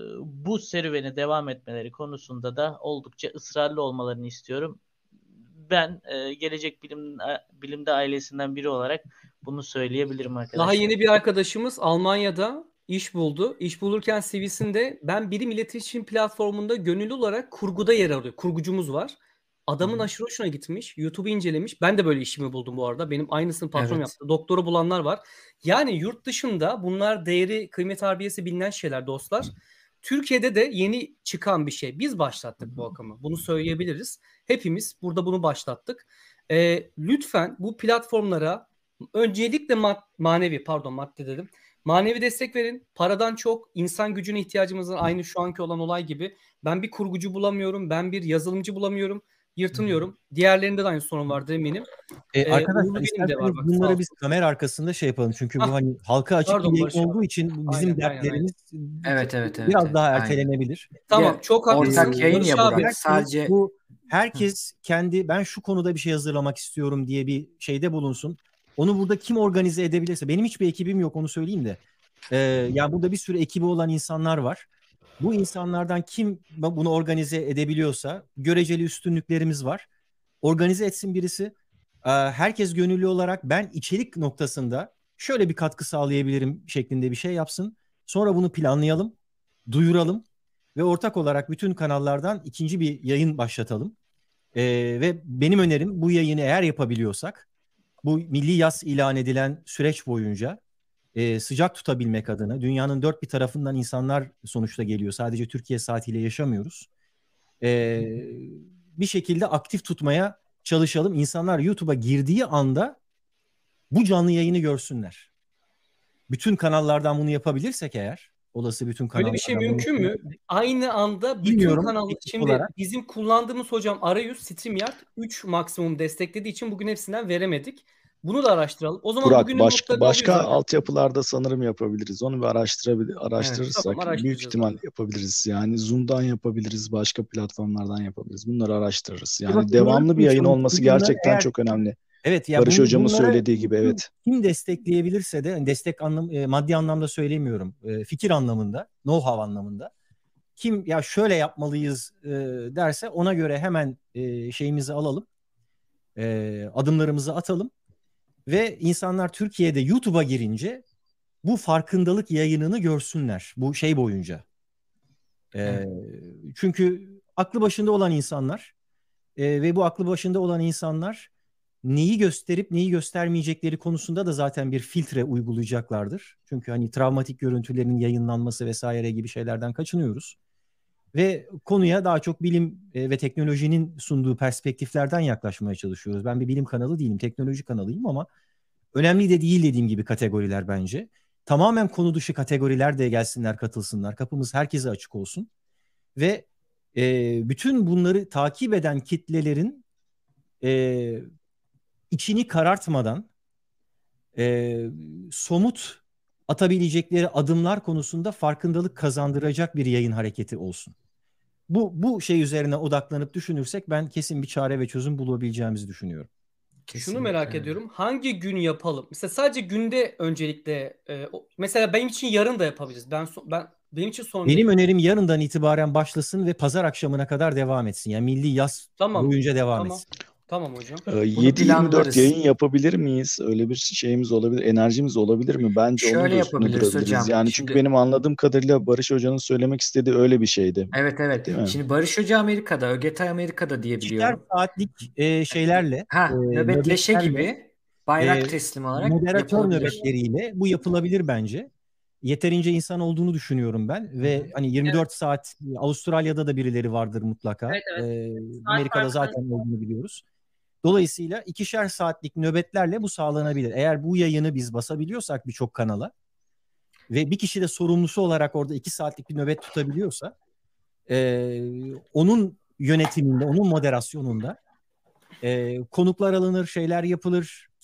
bu serüveni devam etmeleri konusunda da oldukça ısrarlı olmalarını istiyorum. Ben e, gelecek bilim bilimde ailesinden biri olarak bunu söyleyebilirim arkadaşlar. Daha yeni bir arkadaşımız Almanya'da iş buldu. İş bulurken C V'sinde ben bilim iletişim platformunda gönüllü olarak kurguda yer alıyor. Kurgucumuz var. Adamın aşırı hoşuna gitmiş. YouTube'u incelemiş. Ben de böyle işimi buldum bu arada. Benim aynısını patron Evet. yaptı. Doktoru bulanlar var. Yani yurt dışında bunlar değeri, kıymet harbiyesi bilinen şeyler dostlar. Türkiye'de de yeni çıkan bir şey. Biz başlattık bu akımı. Bunu söyleyebiliriz. Hepimiz burada bunu başlattık. Ee, lütfen bu platformlara öncelikle mad- manevi, pardon madde dedim. Manevi destek verin. Paradan çok insan gücüne ihtiyacımız var. Aynı şu anki olan olay gibi. Ben bir kurgucu bulamıyorum. Ben bir yazılımcı bulamıyorum. Yırtınıyorum. Diğerlerinde de aynı sorun vardır eminim. E, Ee, arkadaşlar Uğurlu benim de isterseniz var bak, sağ bunları olsun. biz kamera arkasında şey yapalım. Çünkü bu Ah, hani halka açık pardon bir yayın Barış abi. olduğu için bu bizim Aynen, aynen, aynen. dertlerimiz Evet, evet, evet, biraz evet. daha Aynen. ertelenebilir. Tamam, Ya, çok haklısın. ortak yayın Barış ya abi. Burak. Sadece Bu herkes kendi ben şu konuda bir şey hazırlamak istiyorum diye bir şeyde bulunsun. Onu burada kim organize edebilirse. Benim hiçbir ekibim yok, onu söyleyeyim de. Ee, yani burada bir sürü ekibi olan insanlar var. Bu insanlardan kim bunu organize edebiliyorsa, göreceli üstünlüklerimiz var. Organize etsin birisi. Ee, herkes gönüllü olarak ben içerik noktasında şöyle bir katkı sağlayabilirim şeklinde bir şey yapsın. Sonra bunu planlayalım, duyuralım ve ortak olarak bütün kanallardan ikinci bir yayın başlatalım. Ee, ve benim önerim, bu yayını eğer yapabiliyorsak bu milli yaz ilan edilen süreç boyunca e, sıcak tutabilmek adına, dünyanın dört bir tarafından insanlar sonuçta geliyor. Sadece Türkiye saatiyle yaşamıyoruz. E, bir şekilde aktif tutmaya çalışalım. İnsanlar YouTube'a girdiği anda bu canlı yayını görsünler. Bütün kanallardan bunu yapabilirsek eğer, olası bütün Böyle kanallardan. bir şey bunu mümkün mü? yapabilirsek- Aynı anda bütün Bilmiyorum, kanal ekip şimdi olarak. bizim kullandığımız hocam Arayüz, StreamYard üç maksimum desteklediği için bugün hepsinden veremedik. Bunu da araştıralım. O zaman Burak bugünün başka notlarını başka alıyoruz abi. altyapılarsa sanırım yapabiliriz. Onu bir araştırabilir evet. araştırırsak Tamam, büyük araştıracağız ihtimal abi. yapabiliriz. Yani Zoom'dan yapabiliriz, başka platformlardan yapabiliriz. Bunları araştırırız. Ya bak, Yani bunların devamlı bir yayın konuşalım. olması Bunları gerçekten eğer çok önemli. Evet ya Barış bun, hocamın bunlara söylediği gibi kim, evet. kim destekleyebilirse de yani destek anlam e, maddi anlamda söylemiyorum. E, fikir anlamında, know-how anlamında. Kim ya şöyle yapmalıyız e, derse ona göre hemen e, şeyimizi alalım. E, adımlarımızı atalım ve insanlar Türkiye'de YouTube'a girince bu farkındalık yayınını görsünler bu şey boyunca. E, Evet. çünkü aklı başında olan insanlar e, ve bu aklı başında olan insanlar neyi gösterip neyi göstermeyecekleri konusunda da zaten bir filtre uygulayacaklardır. Çünkü hani travmatik görüntülerin yayınlanması vesaire gibi şeylerden kaçınıyoruz. Ve konuya daha çok bilim e, ve teknolojinin sunduğu perspektiflerden yaklaşmaya çalışıyoruz. Ben bir bilim kanalı değilim, teknoloji kanalıyım ama önemli de değil dediğim gibi kategoriler bence. Tamamen konu dışı kategoriler de gelsinler, katılsınlar. Kapımız herkese açık olsun. Ve e, bütün bunları takip eden kitlelerin e, içini karartmadan e, somut atabilecekleri adımlar konusunda farkındalık kazandıracak bir yayın hareketi olsun. Bu bu şey üzerine odaklanıp düşünürsek ben kesin bir çare ve çözüm bulabileceğimizi düşünüyorum. Şunu merak ediyorum. Hangi gün yapalım? Mesela sadece günde öncelikle e, o- mesela benim için yarın da yapabiliriz. Ben so- ben benim için sorun Benim değil. önerim yarından itibaren başlasın ve pazar akşamına kadar devam etsin. Yani milli yaz Tamam. boyunca devam Tamam. etsin. Tamam hocam. Ee, Bunu yedi yirmi dört planlarız. yayın yapabilir miyiz? Öyle bir şeyimiz olabilir, enerjimiz olabilir mi? Bence onun Şöyle da üstünde yapabiliriz durabiliriz. hocam. Yani çünkü Şimdi benim anladığım kadarıyla Barış Hoca'nın söylemek istediği öyle bir şeydi. evet evet. Değil mi? Şimdi Barış Hoca Amerika'da, Ögetay Amerika'da diye İkişer biliyorum. saatlik e, şeylerle, Ha, e, nöbetleşe nöbetlerle, gibi bayrak e, teslim olarak moderatör yapılabilir. nöbetleriyle bu yapılabilir bence. Yeterince insan olduğunu düşünüyorum ben ve hani yirmi dört saat Avustralya'da da birileri vardır mutlaka. Evet, evet. E, Saat Amerika'da farkı- zaten olduğunu biliyoruz. Dolayısıyla ikişer saatlik nöbetlerle bu sağlanabilir. Eğer bu yayını biz basabiliyorsak birçok kanala ve bir kişi de sorumlusu olarak orada iki saatlik bir nöbet tutabiliyorsa e, onun yönetiminde, onun moderasyonunda e, konuklar alınır, şeyler yapılır,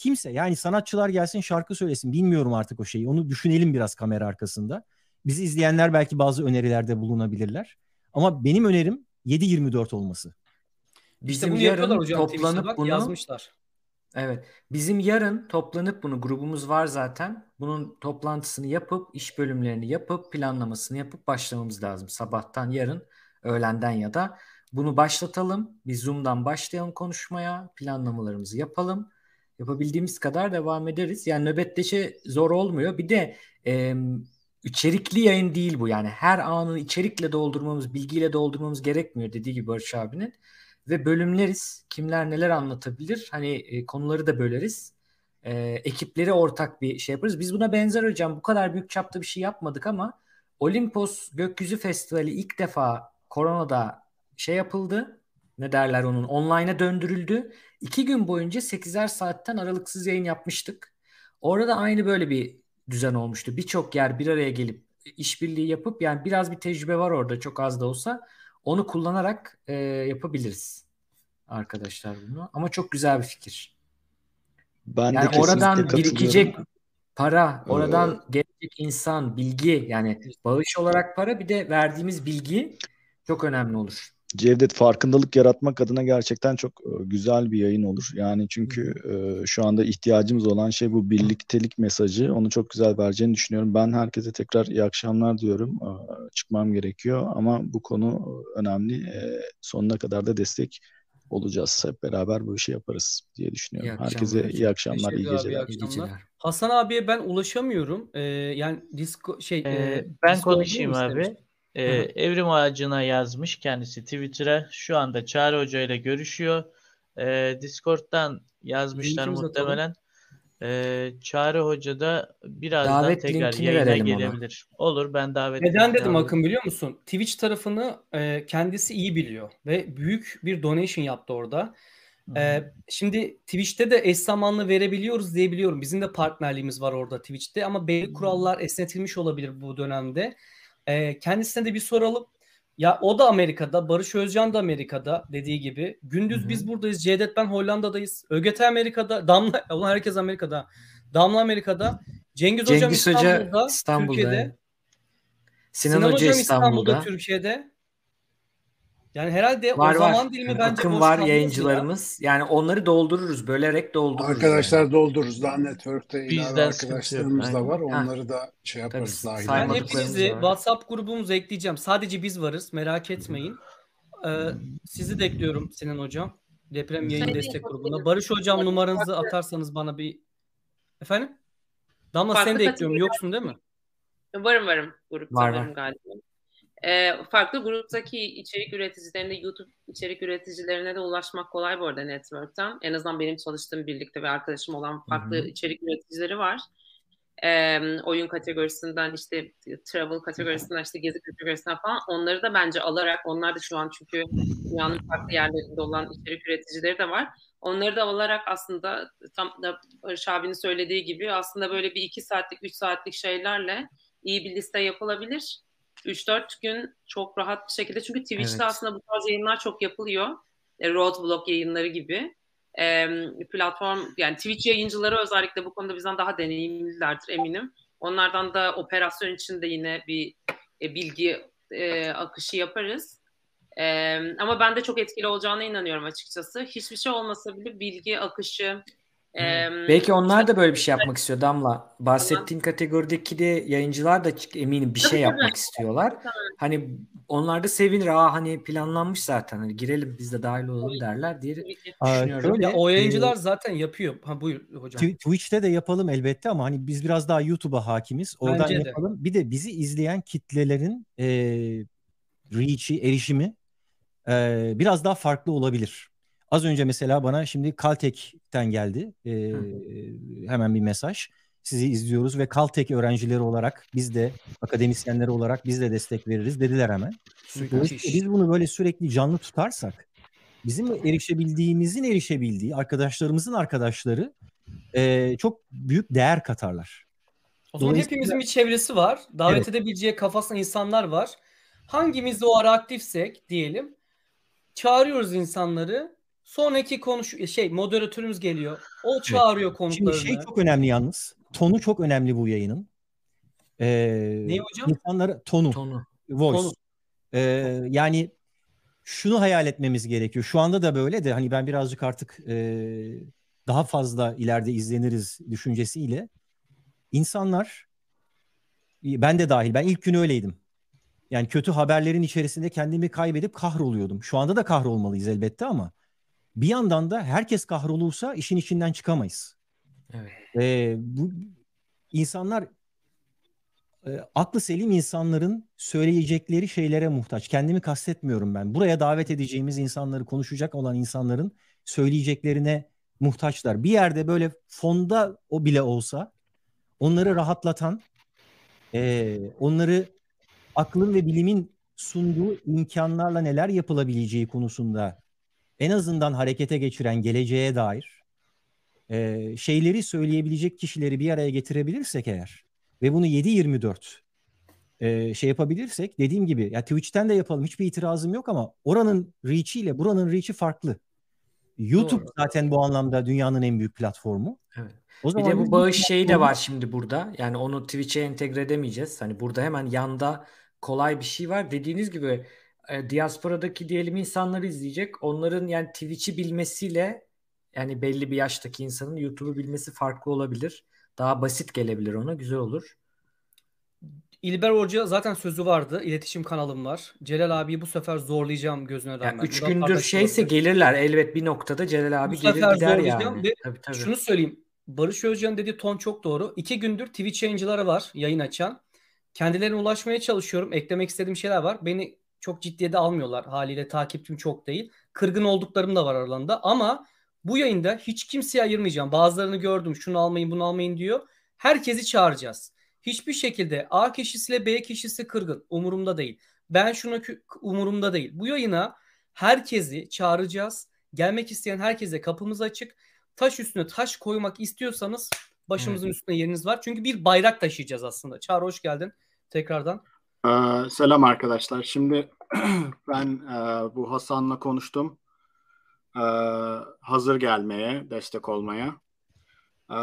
Kimse, yani sanatçılar gelsin şarkı söylesin, bilmiyorum artık o şeyi. Onu düşünelim biraz kamera arkasında. Bizi izleyenler belki bazı önerilerde bulunabilirler. Ama benim önerim yedi yirmi dört olması. İşte Bizim bunu yapıyorlar yarın hocam Twitch'te, toplanıp bak bunu yazmışlar. evet. Bizim yarın toplanıp bunu, grubumuz var zaten. Bunun toplantısını yapıp, iş bölümlerini yapıp, planlamasını yapıp başlamamız lazım. Sabahtan, yarın, öğlenden ya da bunu başlatalım. Bir Zoom'dan başlayalım konuşmaya. Planlamalarımızı yapalım. Yapabildiğimiz kadar devam ederiz. Yani nöbetleşe zor olmuyor. Bir de e, içerikli yayın değil bu. Yani her anı içerikle doldurmamız, bilgiyle doldurmamız gerekmiyor dediği gibi Barış abinin. Ve bölümleriz. Kimler neler anlatabilir? Hani e, konuları da böleriz. E, ekipleri ortak bir şey yaparız. Biz buna benzer hocam bu kadar büyük çapta bir şey yapmadık ama Olimpos Gökyüzü Festivali ilk defa koronada şey yapıldı. Ne derler onun? Online'a döndürüldü. İki gün boyunca sekizer saatten aralıksız yayın yapmıştık. Orada da aynı böyle bir düzen olmuştu. Birçok yer bir araya gelip işbirliği yapıp, yani biraz bir tecrübe var orada çok az da olsa. Onu kullanarak e, yapabiliriz arkadaşlar bunu. Ama çok güzel bir fikir. Ben de Yani kesinlikle oradan birikecek katılıyorum. para, Ee, oradan gelecek insan, bilgi, yani bağış olarak para, bir de verdiğimiz bilgi çok önemli olur. Cevdet, farkındalık yaratmak adına gerçekten çok e, güzel bir yayın olur. Yani çünkü e, şu anda ihtiyacımız olan şey bu birliktelik mesajı. Onu çok güzel vereceğini düşünüyorum. Ben herkese tekrar iyi akşamlar diyorum. E, çıkmam gerekiyor ama bu konu önemli. E, sonuna kadar da destek olacağız. Hep beraber bu işi yaparız diye İyi düşünüyorum. akşamlar Herkese iyi hocam. akşamlar, iyi Teşekkür abi, iyi geceler. İyi akşamlar. geceler. Hasan abiye ben ulaşamıyorum. Ee, yani Disco şey Ee, e, ben Discord'u mu konuşayım istemiş? abi. Ee, Evrim Ağacı'na yazmış kendisi Twitter'a. Şu anda Çağrı Hoca ile görüşüyor. Ee, Discord'dan yazmışlar Linkimizi atalım. muhtemelen. Ee, Çağrı Hoca da birazdan Davet tekrar linkini yayına verelim ona. gelebilir. Olur, ben davet Neden linkini dedim alırım. Akın biliyor musun? Twitch tarafını e, kendisi iyi biliyor ve büyük bir donation yaptı orada. E, şimdi Twitch'te de eş zamanlı verebiliyoruz diye biliyorum. Bizim de partnerliğimiz var orada Twitch'te ama belli kurallar esnetilmiş olabilir bu dönemde. E, kendisine de bir soralım. Ya o da Amerika'da, Barış Özcan da Amerika'da dediği gibi. Gündüz Hı hı. biz buradayız. Cevdet ben Hollanda'dayız. ÖGT Amerika'da, Damla, ulan herkes Amerika'da. Damla Amerika'da. Cengiz Hocam Cengiz Hoca İstanbul'da, İstanbul'da. Türkiye'de. Evet. Sinan, Sinan Hoca Hocam İstanbul'da, İstanbul'da. Türkiye'de. Yani herhalde Var o zaman var. dilimi Yani bence Akın boş var, kalmaz ya. yayıncılarımız. Yani onları doldururuz. Bölerek doldururuz yani. Arkadaşlar doldururuz. Daha network'te ilave Bizden sıkıntı yok. arkadaşlarımız da Aynen. var. Ha, Onları da şey tabii yaparız, dahil Ben saymadıklarımız ederiz. hepinizi da var. WhatsApp grubumuza ekleyeceğim. Sadece biz varız. Merak etmeyin. Ee, sizi de ekliyorum Sinan Hocam. Deprem yayın Şey de destek grubuna. yapabiliriz. Barış Hocam numaranızı Farklı, atarsanız bana bir... Efendim? Damla farklı seni de ekliyorum. kategoriler. Yoksun değil mi? Varım varım. Grupta Var varım var. galiba. Ee, farklı gruptaki içerik üreticilerine, YouTube içerik üreticilerine de ulaşmak kolay bu arada network'ten. En azından benim çalıştığım birlikte ve arkadaşım olan farklı Hı hı. içerik üreticileri var. Ee, oyun kategorisinden işte travel kategorisinden işte gezi kategorisinden falan onları da bence alarak, onlar da şu an çünkü dünyanın farklı yerlerinde olan içerik üreticileri de var. Onları da alarak aslında tam da Barış abinin söylediği gibi aslında böyle bir iki saatlik, üç saatlik şeylerle iyi bir liste yapılabilir. üç dört gün çok rahat bir şekilde. Çünkü Twitch'te Evet. aslında bu tarz yayınlar çok yapılıyor. E, roadblock yayınları gibi. E, platform yani Twitch yayıncıları özellikle bu konuda bizden daha deneyimlilerdir eminim. Onlardan da operasyon için de yine bir e, bilgi e, akışı yaparız. E, ama ben de çok etkili olacağına inanıyorum açıkçası. Hiçbir şey olmasa bile bilgi akışı e, Belki onlar işte da böyle bir şey yapmak istiyor Damla. Bahsettiğin kategorideki de yayıncılar da eminim bir tabii şey tabii. yapmak istiyorlar. Tabii. Hani onlar da sevinir. Aa hani planlanmış zaten. Hani girelim biz de dahil olalım Tabii. derler diye Tabii ki. Aa, düşünüyorum. şöyle, Ya o e, yayıncılar zaten yapıyor. Ha buyur hocam. Tw- Twitch'te de yapalım elbette ama hani biz biraz daha YouTube'a hakimiz. Oradan Bence de. yapalım. Bir de bizi izleyen kitlelerin e, reach'i, erişimi e, biraz daha farklı olabilir. Az önce mesela bana şimdi Caltech'ten geldi e, hemen bir mesaj. Sizi izliyoruz ve Caltech öğrencileri olarak biz de akademisyenleri olarak biz de destek veririz dediler hemen. Dolayısıyla biz bunu böyle sürekli canlı tutarsak bizim erişebildiğimizin erişebildiği arkadaşlarımızın arkadaşları e, çok büyük değer katarlar. O zaman Dolayısıyla- hepimizin bir çevresi var. Davet Evet. edebileceği kafasında insanlar var. Hangimiz de o ara aktifsek diyelim. Çağırıyoruz insanları. Sonraki konuş şey moderatörümüz geliyor. O Evet. çağırıyor Şimdi konuklarını. şey çok önemli yalnız. Tonu çok önemli bu yayının. Ee, Ne hocam? insanlara tonu, Tonu. voice. Tonu. Ee, yani şunu hayal etmemiz gerekiyor. Şu anda da böyle de hani ben birazcık artık e, daha fazla ileride izleniriz düşüncesiyle insanlar, ben de dahil, ben ilk gün öyleydim. Yani kötü haberlerin içerisinde kendimi kaybedip kahroluyordum. Şu anda da kahrolmalıyız elbette ama bir yandan da herkes kahrolursa işin içinden çıkamayız. Evet. Ee, bu insanlar e, aklı selim insanların söyleyecekleri şeylere muhtaç. Kendimi kastetmiyorum ben. Buraya davet edeceğimiz insanları, konuşacak olan insanların söyleyeceklerine muhtaçlar. Bir yerde böyle fonda o bile olsa onları rahatlatan, e, onları aklın ve bilimin sunduğu imkanlarla neler yapılabileceği konusunda en azından harekete geçiren, geleceğe dair e, şeyleri söyleyebilecek kişileri bir araya getirebilirsek eğer ve bunu yedi yirmi dört e, şey yapabilirsek, dediğim gibi ya Twitch'ten de yapalım, hiçbir itirazım yok ama oranın reach'i ile buranın reach'i farklı. YouTube Doğru. zaten bu anlamda dünyanın en büyük platformu. Evet. O Bir zaman de bu biz bağış şeyi de platformu- var şimdi burada. Yani onu Twitch'e entegre edemeyeceğiz. Hani burada hemen yanda kolay bir şey var. Dediğiniz gibi e, diasporadaki diyelim insanları izleyecek. Onların yani Twitch'i bilmesiyle yani belli bir yaştaki insanın YouTube'u bilmesi farklı olabilir. Daha basit gelebilir ona. Güzel olur. İlber Hoca zaten sözü vardı. İletişim kanalım var. Celal abiyi bu sefer zorlayacağım gözüne Yani rağmen. üç Murat gündür kardeş şeyse olabilir. gelirler. Elbet bir noktada Celal abi Bu gelir sefer gider zorlayacağım yani. ve Tabii tabii. şunu söyleyeyim. Barış Özcan'ın dediği ton çok doğru. İki gündür Twitch yayıncıları var, yayın açan. Kendilerine ulaşmaya çalışıyorum. Eklemek istediğim şeyler var. Beni çok ciddiye de almıyorlar. Haliyle takipçim çok değil. Kırgın olduklarım da var aralarında. Ama bu yayında hiç kimseye ayırmayacağım. Bazılarını gördüm. Şunu almayın, bunu almayın diyor. Herkesi çağıracağız. Hiçbir şekilde A kişisiyle B kişisi kırgın. Umurumda değil. Ben şuna kü- umurumda değil. Bu yayına herkesi çağıracağız. Gelmek isteyen herkese kapımız açık. Taş üstüne taş koymak istiyorsanız başımızın üstüne yeriniz var. Çünkü bir bayrak taşıyacağız aslında. Çağrı hoş geldin tekrardan. Ee, selam arkadaşlar. Şimdi ben e, bu Hasan'la konuştum. Ee, hazır gelmeye, destek olmaya. Ee,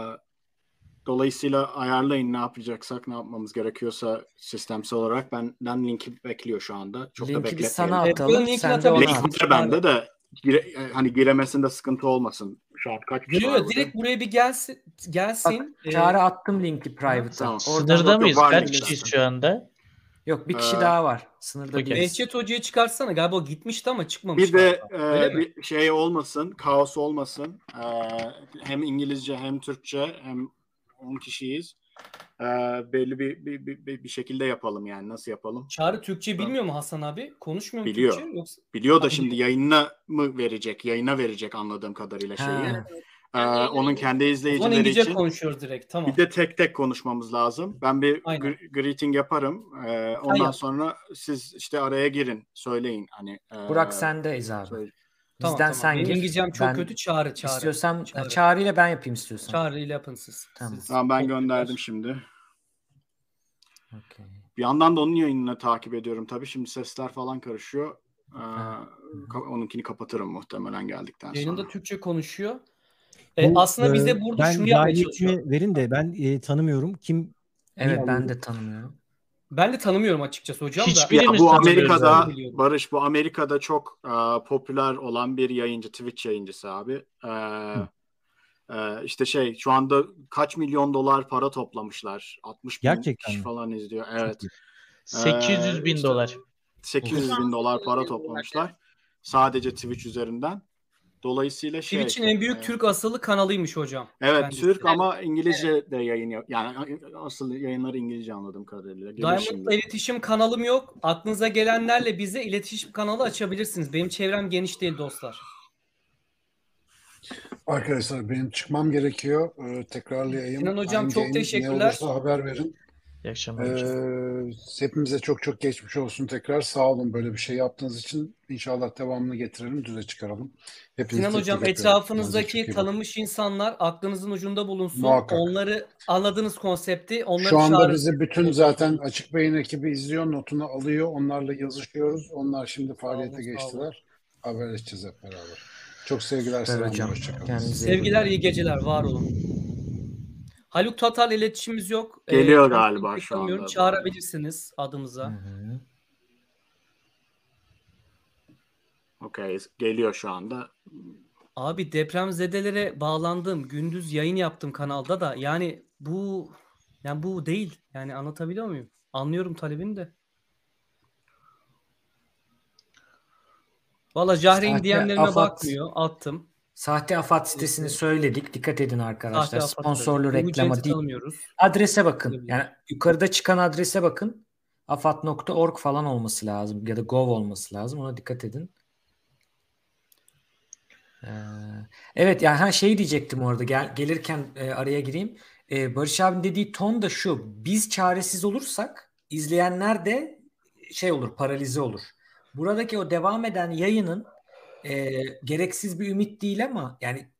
dolayısıyla ayarlayın ne yapacaksak, ne yapmamız gerekiyorsa sistemsel olarak. Benden linki bekliyor şu anda. Çok da Linki biz bekletmeyelim. sana Evet, atalım. linkini Sen de atabilirim. ona Link at. var bende de gire- hani giremesinde sıkıntı olmasın. Şu an kaç kişi Yok var yok, burada? direkt buraya bir gelsin. Bak gelsin. Ee, Çağrı attım linki private'a. Tamam. Oradan Sınırda Yok yok mıyız? var Kaç link kişiyiz zaten. şu anda? Yok bir kişi Ee, daha var. Sınırda Okey. değiliz. Behçet Hoca'yı çıkarsana. Galiba o gitmişti ama çıkmamış Bir de galiba. Öyle e, mi? bir şey olmasın, kaos olmasın. E, hem İngilizce hem Türkçe hem on kişiyiz. E, belli bir, bir, bir, bir bir şekilde yapalım yani. Nasıl yapalım? Çağrı Türkçe bilmiyor mu Hasan abi? Konuşmuyor mu Biliyor. Türkçe? Yoksa Biliyor da Ha, şimdi biliyor. yayına mı verecek? Yayına verecek anladığım kadarıyla şeyi. Ha. E, onun kendi O zaman izleyicileri İngilizce için. konuşuyoruz direkt. Tamam. Bir de tek tek konuşmamız lazım. Ben bir Aynen. gr- greeting yaparım. E, Sen ondan yap. sonra siz işte araya girin. Söyleyin. Hani e, Burak sendeyiz abi. söyle. Tamam Bizden tamam. sen Benim gir. İngilizcem çok Ben kötü. Çağrı Çağrı. istiyorsan Çağrı. Çağrı ile ben yapayım istiyorsan. Çağrı ile yapın siz. Tamam. Siz Tamam ben çok gönderdim güzel. şimdi. Okay. Bir yandan da onun yayınını takip ediyorum tabii. Şimdi sesler falan karışıyor. Ee, Ha. ka- onunkini kapatırım muhtemelen geldikten sonra. Yayınında Türkçe konuşuyor. E, Bu, aslında biz e, de burada ben şunu yapmaya dahiliyetimi çalışıyoruz. verin de ben e, tanımıyorum. Kim niye Evet ben alıyorum? de tanımıyorum. Ben de tanımıyorum açıkçası hocam da. Ya Hiçbirimiz bu tanımıyoruz Amerika'da abi. Biliyorum. Barış bu Amerika'da çok e, popüler olan bir yayıncı, Twitch yayıncısı abi. E, e, işte şey şu anda kaç milyon dolar para toplamışlar. altmış bin Gerçekten kişi mi? falan izliyor. Çok Evet. iyi. sekiz yüz E, bin işte dolar. sekiz yüz bin dolar para toplamışlar. Sadece Twitch üzerinden. Dolayısıyla şey Twitch'in en büyük e, Türk asıllı kanalıymış hocam. evet Kendisi. Türk ama İngilizce de yayın yap. Yani asıl yayınları İngilizce anladığım kadarıyla. Gelir Diamond'la şimdi. iletişim kanalım yok. Aklınıza gelenlerle bize iletişim kanalı açabilirsiniz. Benim çevrem geniş değil dostlar. Arkadaşlar benim çıkmam gerekiyor. Ee, tekrarlayayım. Sinan hocam Hangi çok yayın ne teşekkürler. olursa haber verin. İyi akşamlar hocam. Ee, hepimize çok çok geçmiş olsun tekrar. Sağ olun böyle bir şey yaptığınız için. İnşallah devamını getirelim, düze çıkaralım. Hepinizi Sinan tek hocam tek öpüyorum. Kendinize çok etrafınızdaki iyi bakın. tanınmış insanlar aklınızın ucunda bulunsun. Muhakkak. Onları anladığınız konsepti onları Şu anda çağırın. bizi bütün zaten Açık Beyin ekibi izliyor, notunu alıyor. Onlarla yazışıyoruz. Onlar şimdi Sağ olun, faaliyete sağ olun. geçtiler. Haberleşeceğiz hep beraber. Çok sevgiler, Süper selamlar, hocam. hoşçakalın. Kendinize iyi Sevgiler, bakın. iyi geceler. Var olun. Haluk Tatar'la iletişimimiz yok. Ee, Geliyor kendisini galiba pek şu tanımıyorum. anda. Çağırabilirsiniz Hı adımıza. hı. Okey, geliyor şu anda. Abi depremzedelere bağlandım. Gündüz yayın yaptım kanalda da. Yani bu yani bu değil. Yani anlatabiliyor muyum? Anlıyorum talebini de. Valla Jahreyn Sahte D M'lerime AFAD bakmıyor. Attım. Sahte AFAD sitesini Birisi. söyledik. Dikkat edin arkadaşlar. Sahte AFAD söyledik. Sponsorlu Ebru Cent'i reklama değil. tanımıyoruz. Adrese bakın. Olabilir. Yani yukarıda çıkan adrese bakın. afad nokta org falan olması lazım ya da gov olması lazım. Ona dikkat edin. Ee, evet yani ha şey diyecektim orada gel, gelirken e, araya gireyim. E, Barış abinin dediği ton da şu. Biz çaresiz olursak izleyenler de şey olur, paralize olur. Buradaki o devam eden yayının e, gereksiz bir ümit değil ama yani